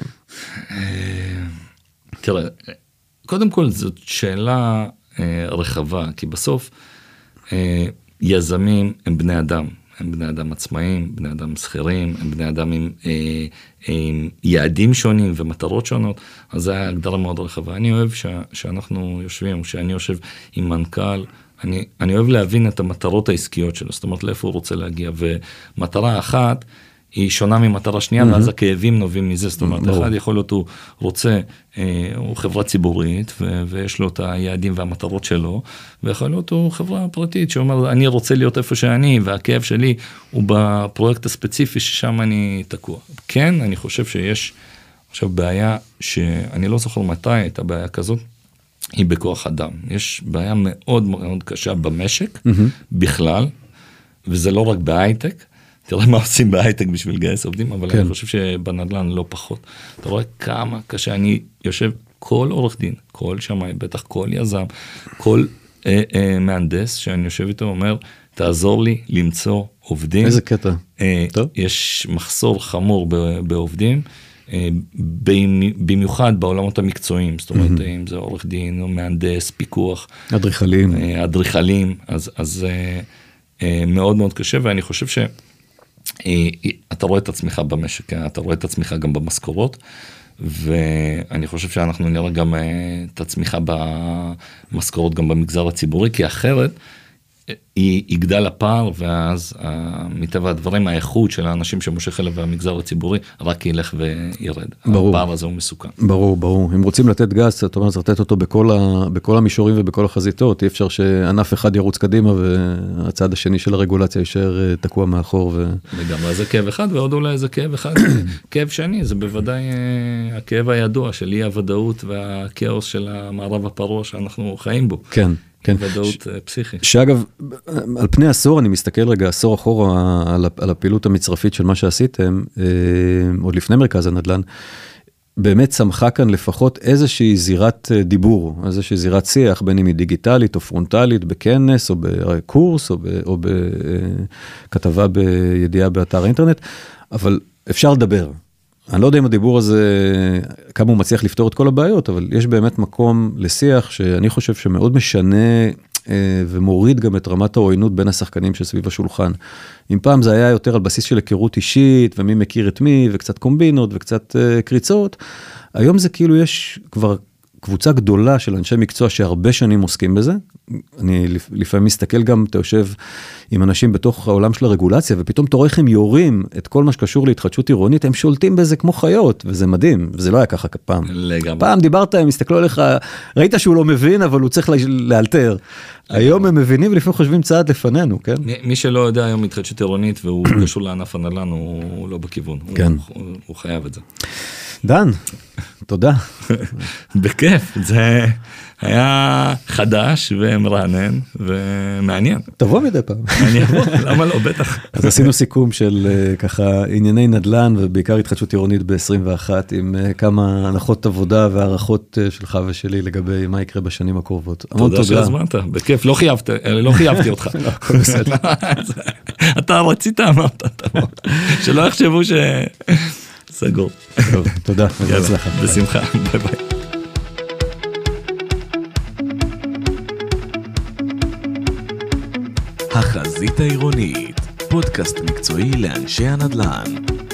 תראה, קודם כל זאת שאלה רחבה, כי בסוף יזמים הם בני אדם, הם בני אדם עצמאיים, בני אדם שכירים, הם בני אדם עם יעדים שונים ומטרות שונות, אז זו הגדרה מאוד רחבה. אני אוהב שאנחנו יושבים, שאני יושב עם מנכ"ל, אני אוהב להבין את המטרות העסקיות שלו, זאת אומרת לאיפה הוא רוצה להגיע, ומטרה אחת היא שונה ממטרה שנייה, ואז הכאבים נובעים מזה, זאת אומרת, אחד יכול להיות הוא רוצה, הוא חברה ציבורית, ויש לו את היעדים והמטרות שלו, ויכול להיות הוא חברה פרטית, שאומר, אני רוצה להיות איפה שאני, והכאב שלי הוא בפרויקט הספציפי, ששם אני תקוע. כן, אני חושב שיש עכשיו בעיה, שאני לא זוכר מתי הייתה בעיה כזאת, היא בכוח אדם. יש בעיה מאוד מאוד קשה במשק, בכלל, וזה לא רק בהייטק, תראה מה עושים בהייטק בשביל לגייס עובדים, אבל אני חושב שבנדל"ן לא פחות. אתה רואה כמה קשה, אני יושב כל עורך דין, כל שמאי, בטח כל יזם, כל מהנדס שאני יושב איתו אומר, תעזור לי למצוא עובדים. איזה קטע. יש מחסור חמור בעובדים, במיוחד בעולמות המקצועיים, זאת אומרת, אם זה עורך דין או מהנדס, פיקוח. אדריכלים, אז מאוד מאוד קשה, ואני חושב ש אתה רואה את עצמך במשק, אתה רואה את עצמך גם במשכורות, ואני חושב שאנחנו נראה גם את עצמך במשכורות גם במגזר הציבורי, כי אחרת יגדל הפער, ואז מטבע הדברים, האיכות של האנשים שמושך אליו והמגזר הציבורי, רק ילך וירד. ברור. הפער הזה הוא מסוכן. ברור, ברור. אם רוצים לתת גז, זאת אומרת, לתת אותו בכל המישורים ובכל החזיתות, אי אפשר שענף אחד ירוץ קדימה, והצד השני של הרגולציה יישאר תקוע מאחור. וגם זה כאב אחד, ועוד אולי זה כאב אחד. כאב שני, זה בוודאי הכאב הידוע של אי הוודאות, והכאוס של המערב הפרוע שאנחנו חיים בו. כן. כן. ודאות פסיכית. שאגב, על פני עשור, אני מסתכל רגע, עשור אחורה על הפעילות המצרפית של מה שעשיתם, עוד לפני מרכז הנדל"ן, באמת צמחה כאן לפחות איזושהי זירת דיבור, איזושהי זירת שיח, בין אם היא דיגיטלית או פרונטלית, בכנס או בקורס או בכתבה בידיעה באתר האינטרנט, אבל אפשר לדבר. אני לא יודע אם הדיבור הזה, כמה הוא מצליח לפתור את כל הבעיות, אבל יש באמת מקום לשיח שאני חושב שמאוד משנה ומוריד גם את רמת העוינות בין השחקנים שסביב השולחן. אם פעם זה היה יותר על בסיס של היכרות אישית, ומי מכיר את מי, וקצת קומבינות וקצת קריצות, היום זה כאילו יש כבר קבוצה גדולה של אנשי מקצוע שהרבה שנים עוסקים בזה. אני לפעמים מסתכל גם, אתה יושב עם אנשים בתוך העולם של הרגולציה, ופתאום אתה רואה איך הם יורים את כל מה שקשור להתחדשות עירונית, הם שולטים בזה כמו חיות, וזה מדהים, וזה לא היה ככה פעם. לגמרי. פעם דיברת, הם הסתכלו עליך, ראית שהוא לא מבין, אבל הוא צריך לאלתר. היום הם מבינים ולפעמים חושבים צעד לפנינו, כן? מי שלא יודע היום התחדשות עירונית, והוא קשור לענף הנדל"ן, הוא לא בכיוון. כן. הוא חייב את זה. דן, תודה. בכיף, זה היה חדש ומרענן ומעניין. תבוא מדי פעם. אני אבוא, למה לא, בטח. אז עשינו סיכום של ככה ענייני נדל"ן ובעיקר התחדשות עירונית ב-21 עם כמה הנחות עבודה והערכות שלך ושלי לגבי מה יקרה בשנים הקרובות. תודה שהזמנת, בכיף, לא חייבתי אותך. לא, הכל בסדר. אתה רצית, אמרת, שלא יחשבו סגור. טוב, תודה. יאללה, בשמחה, ביי ביי. החזית העירונית, פודקאסט מקצועי לאנשי הנדל"ן.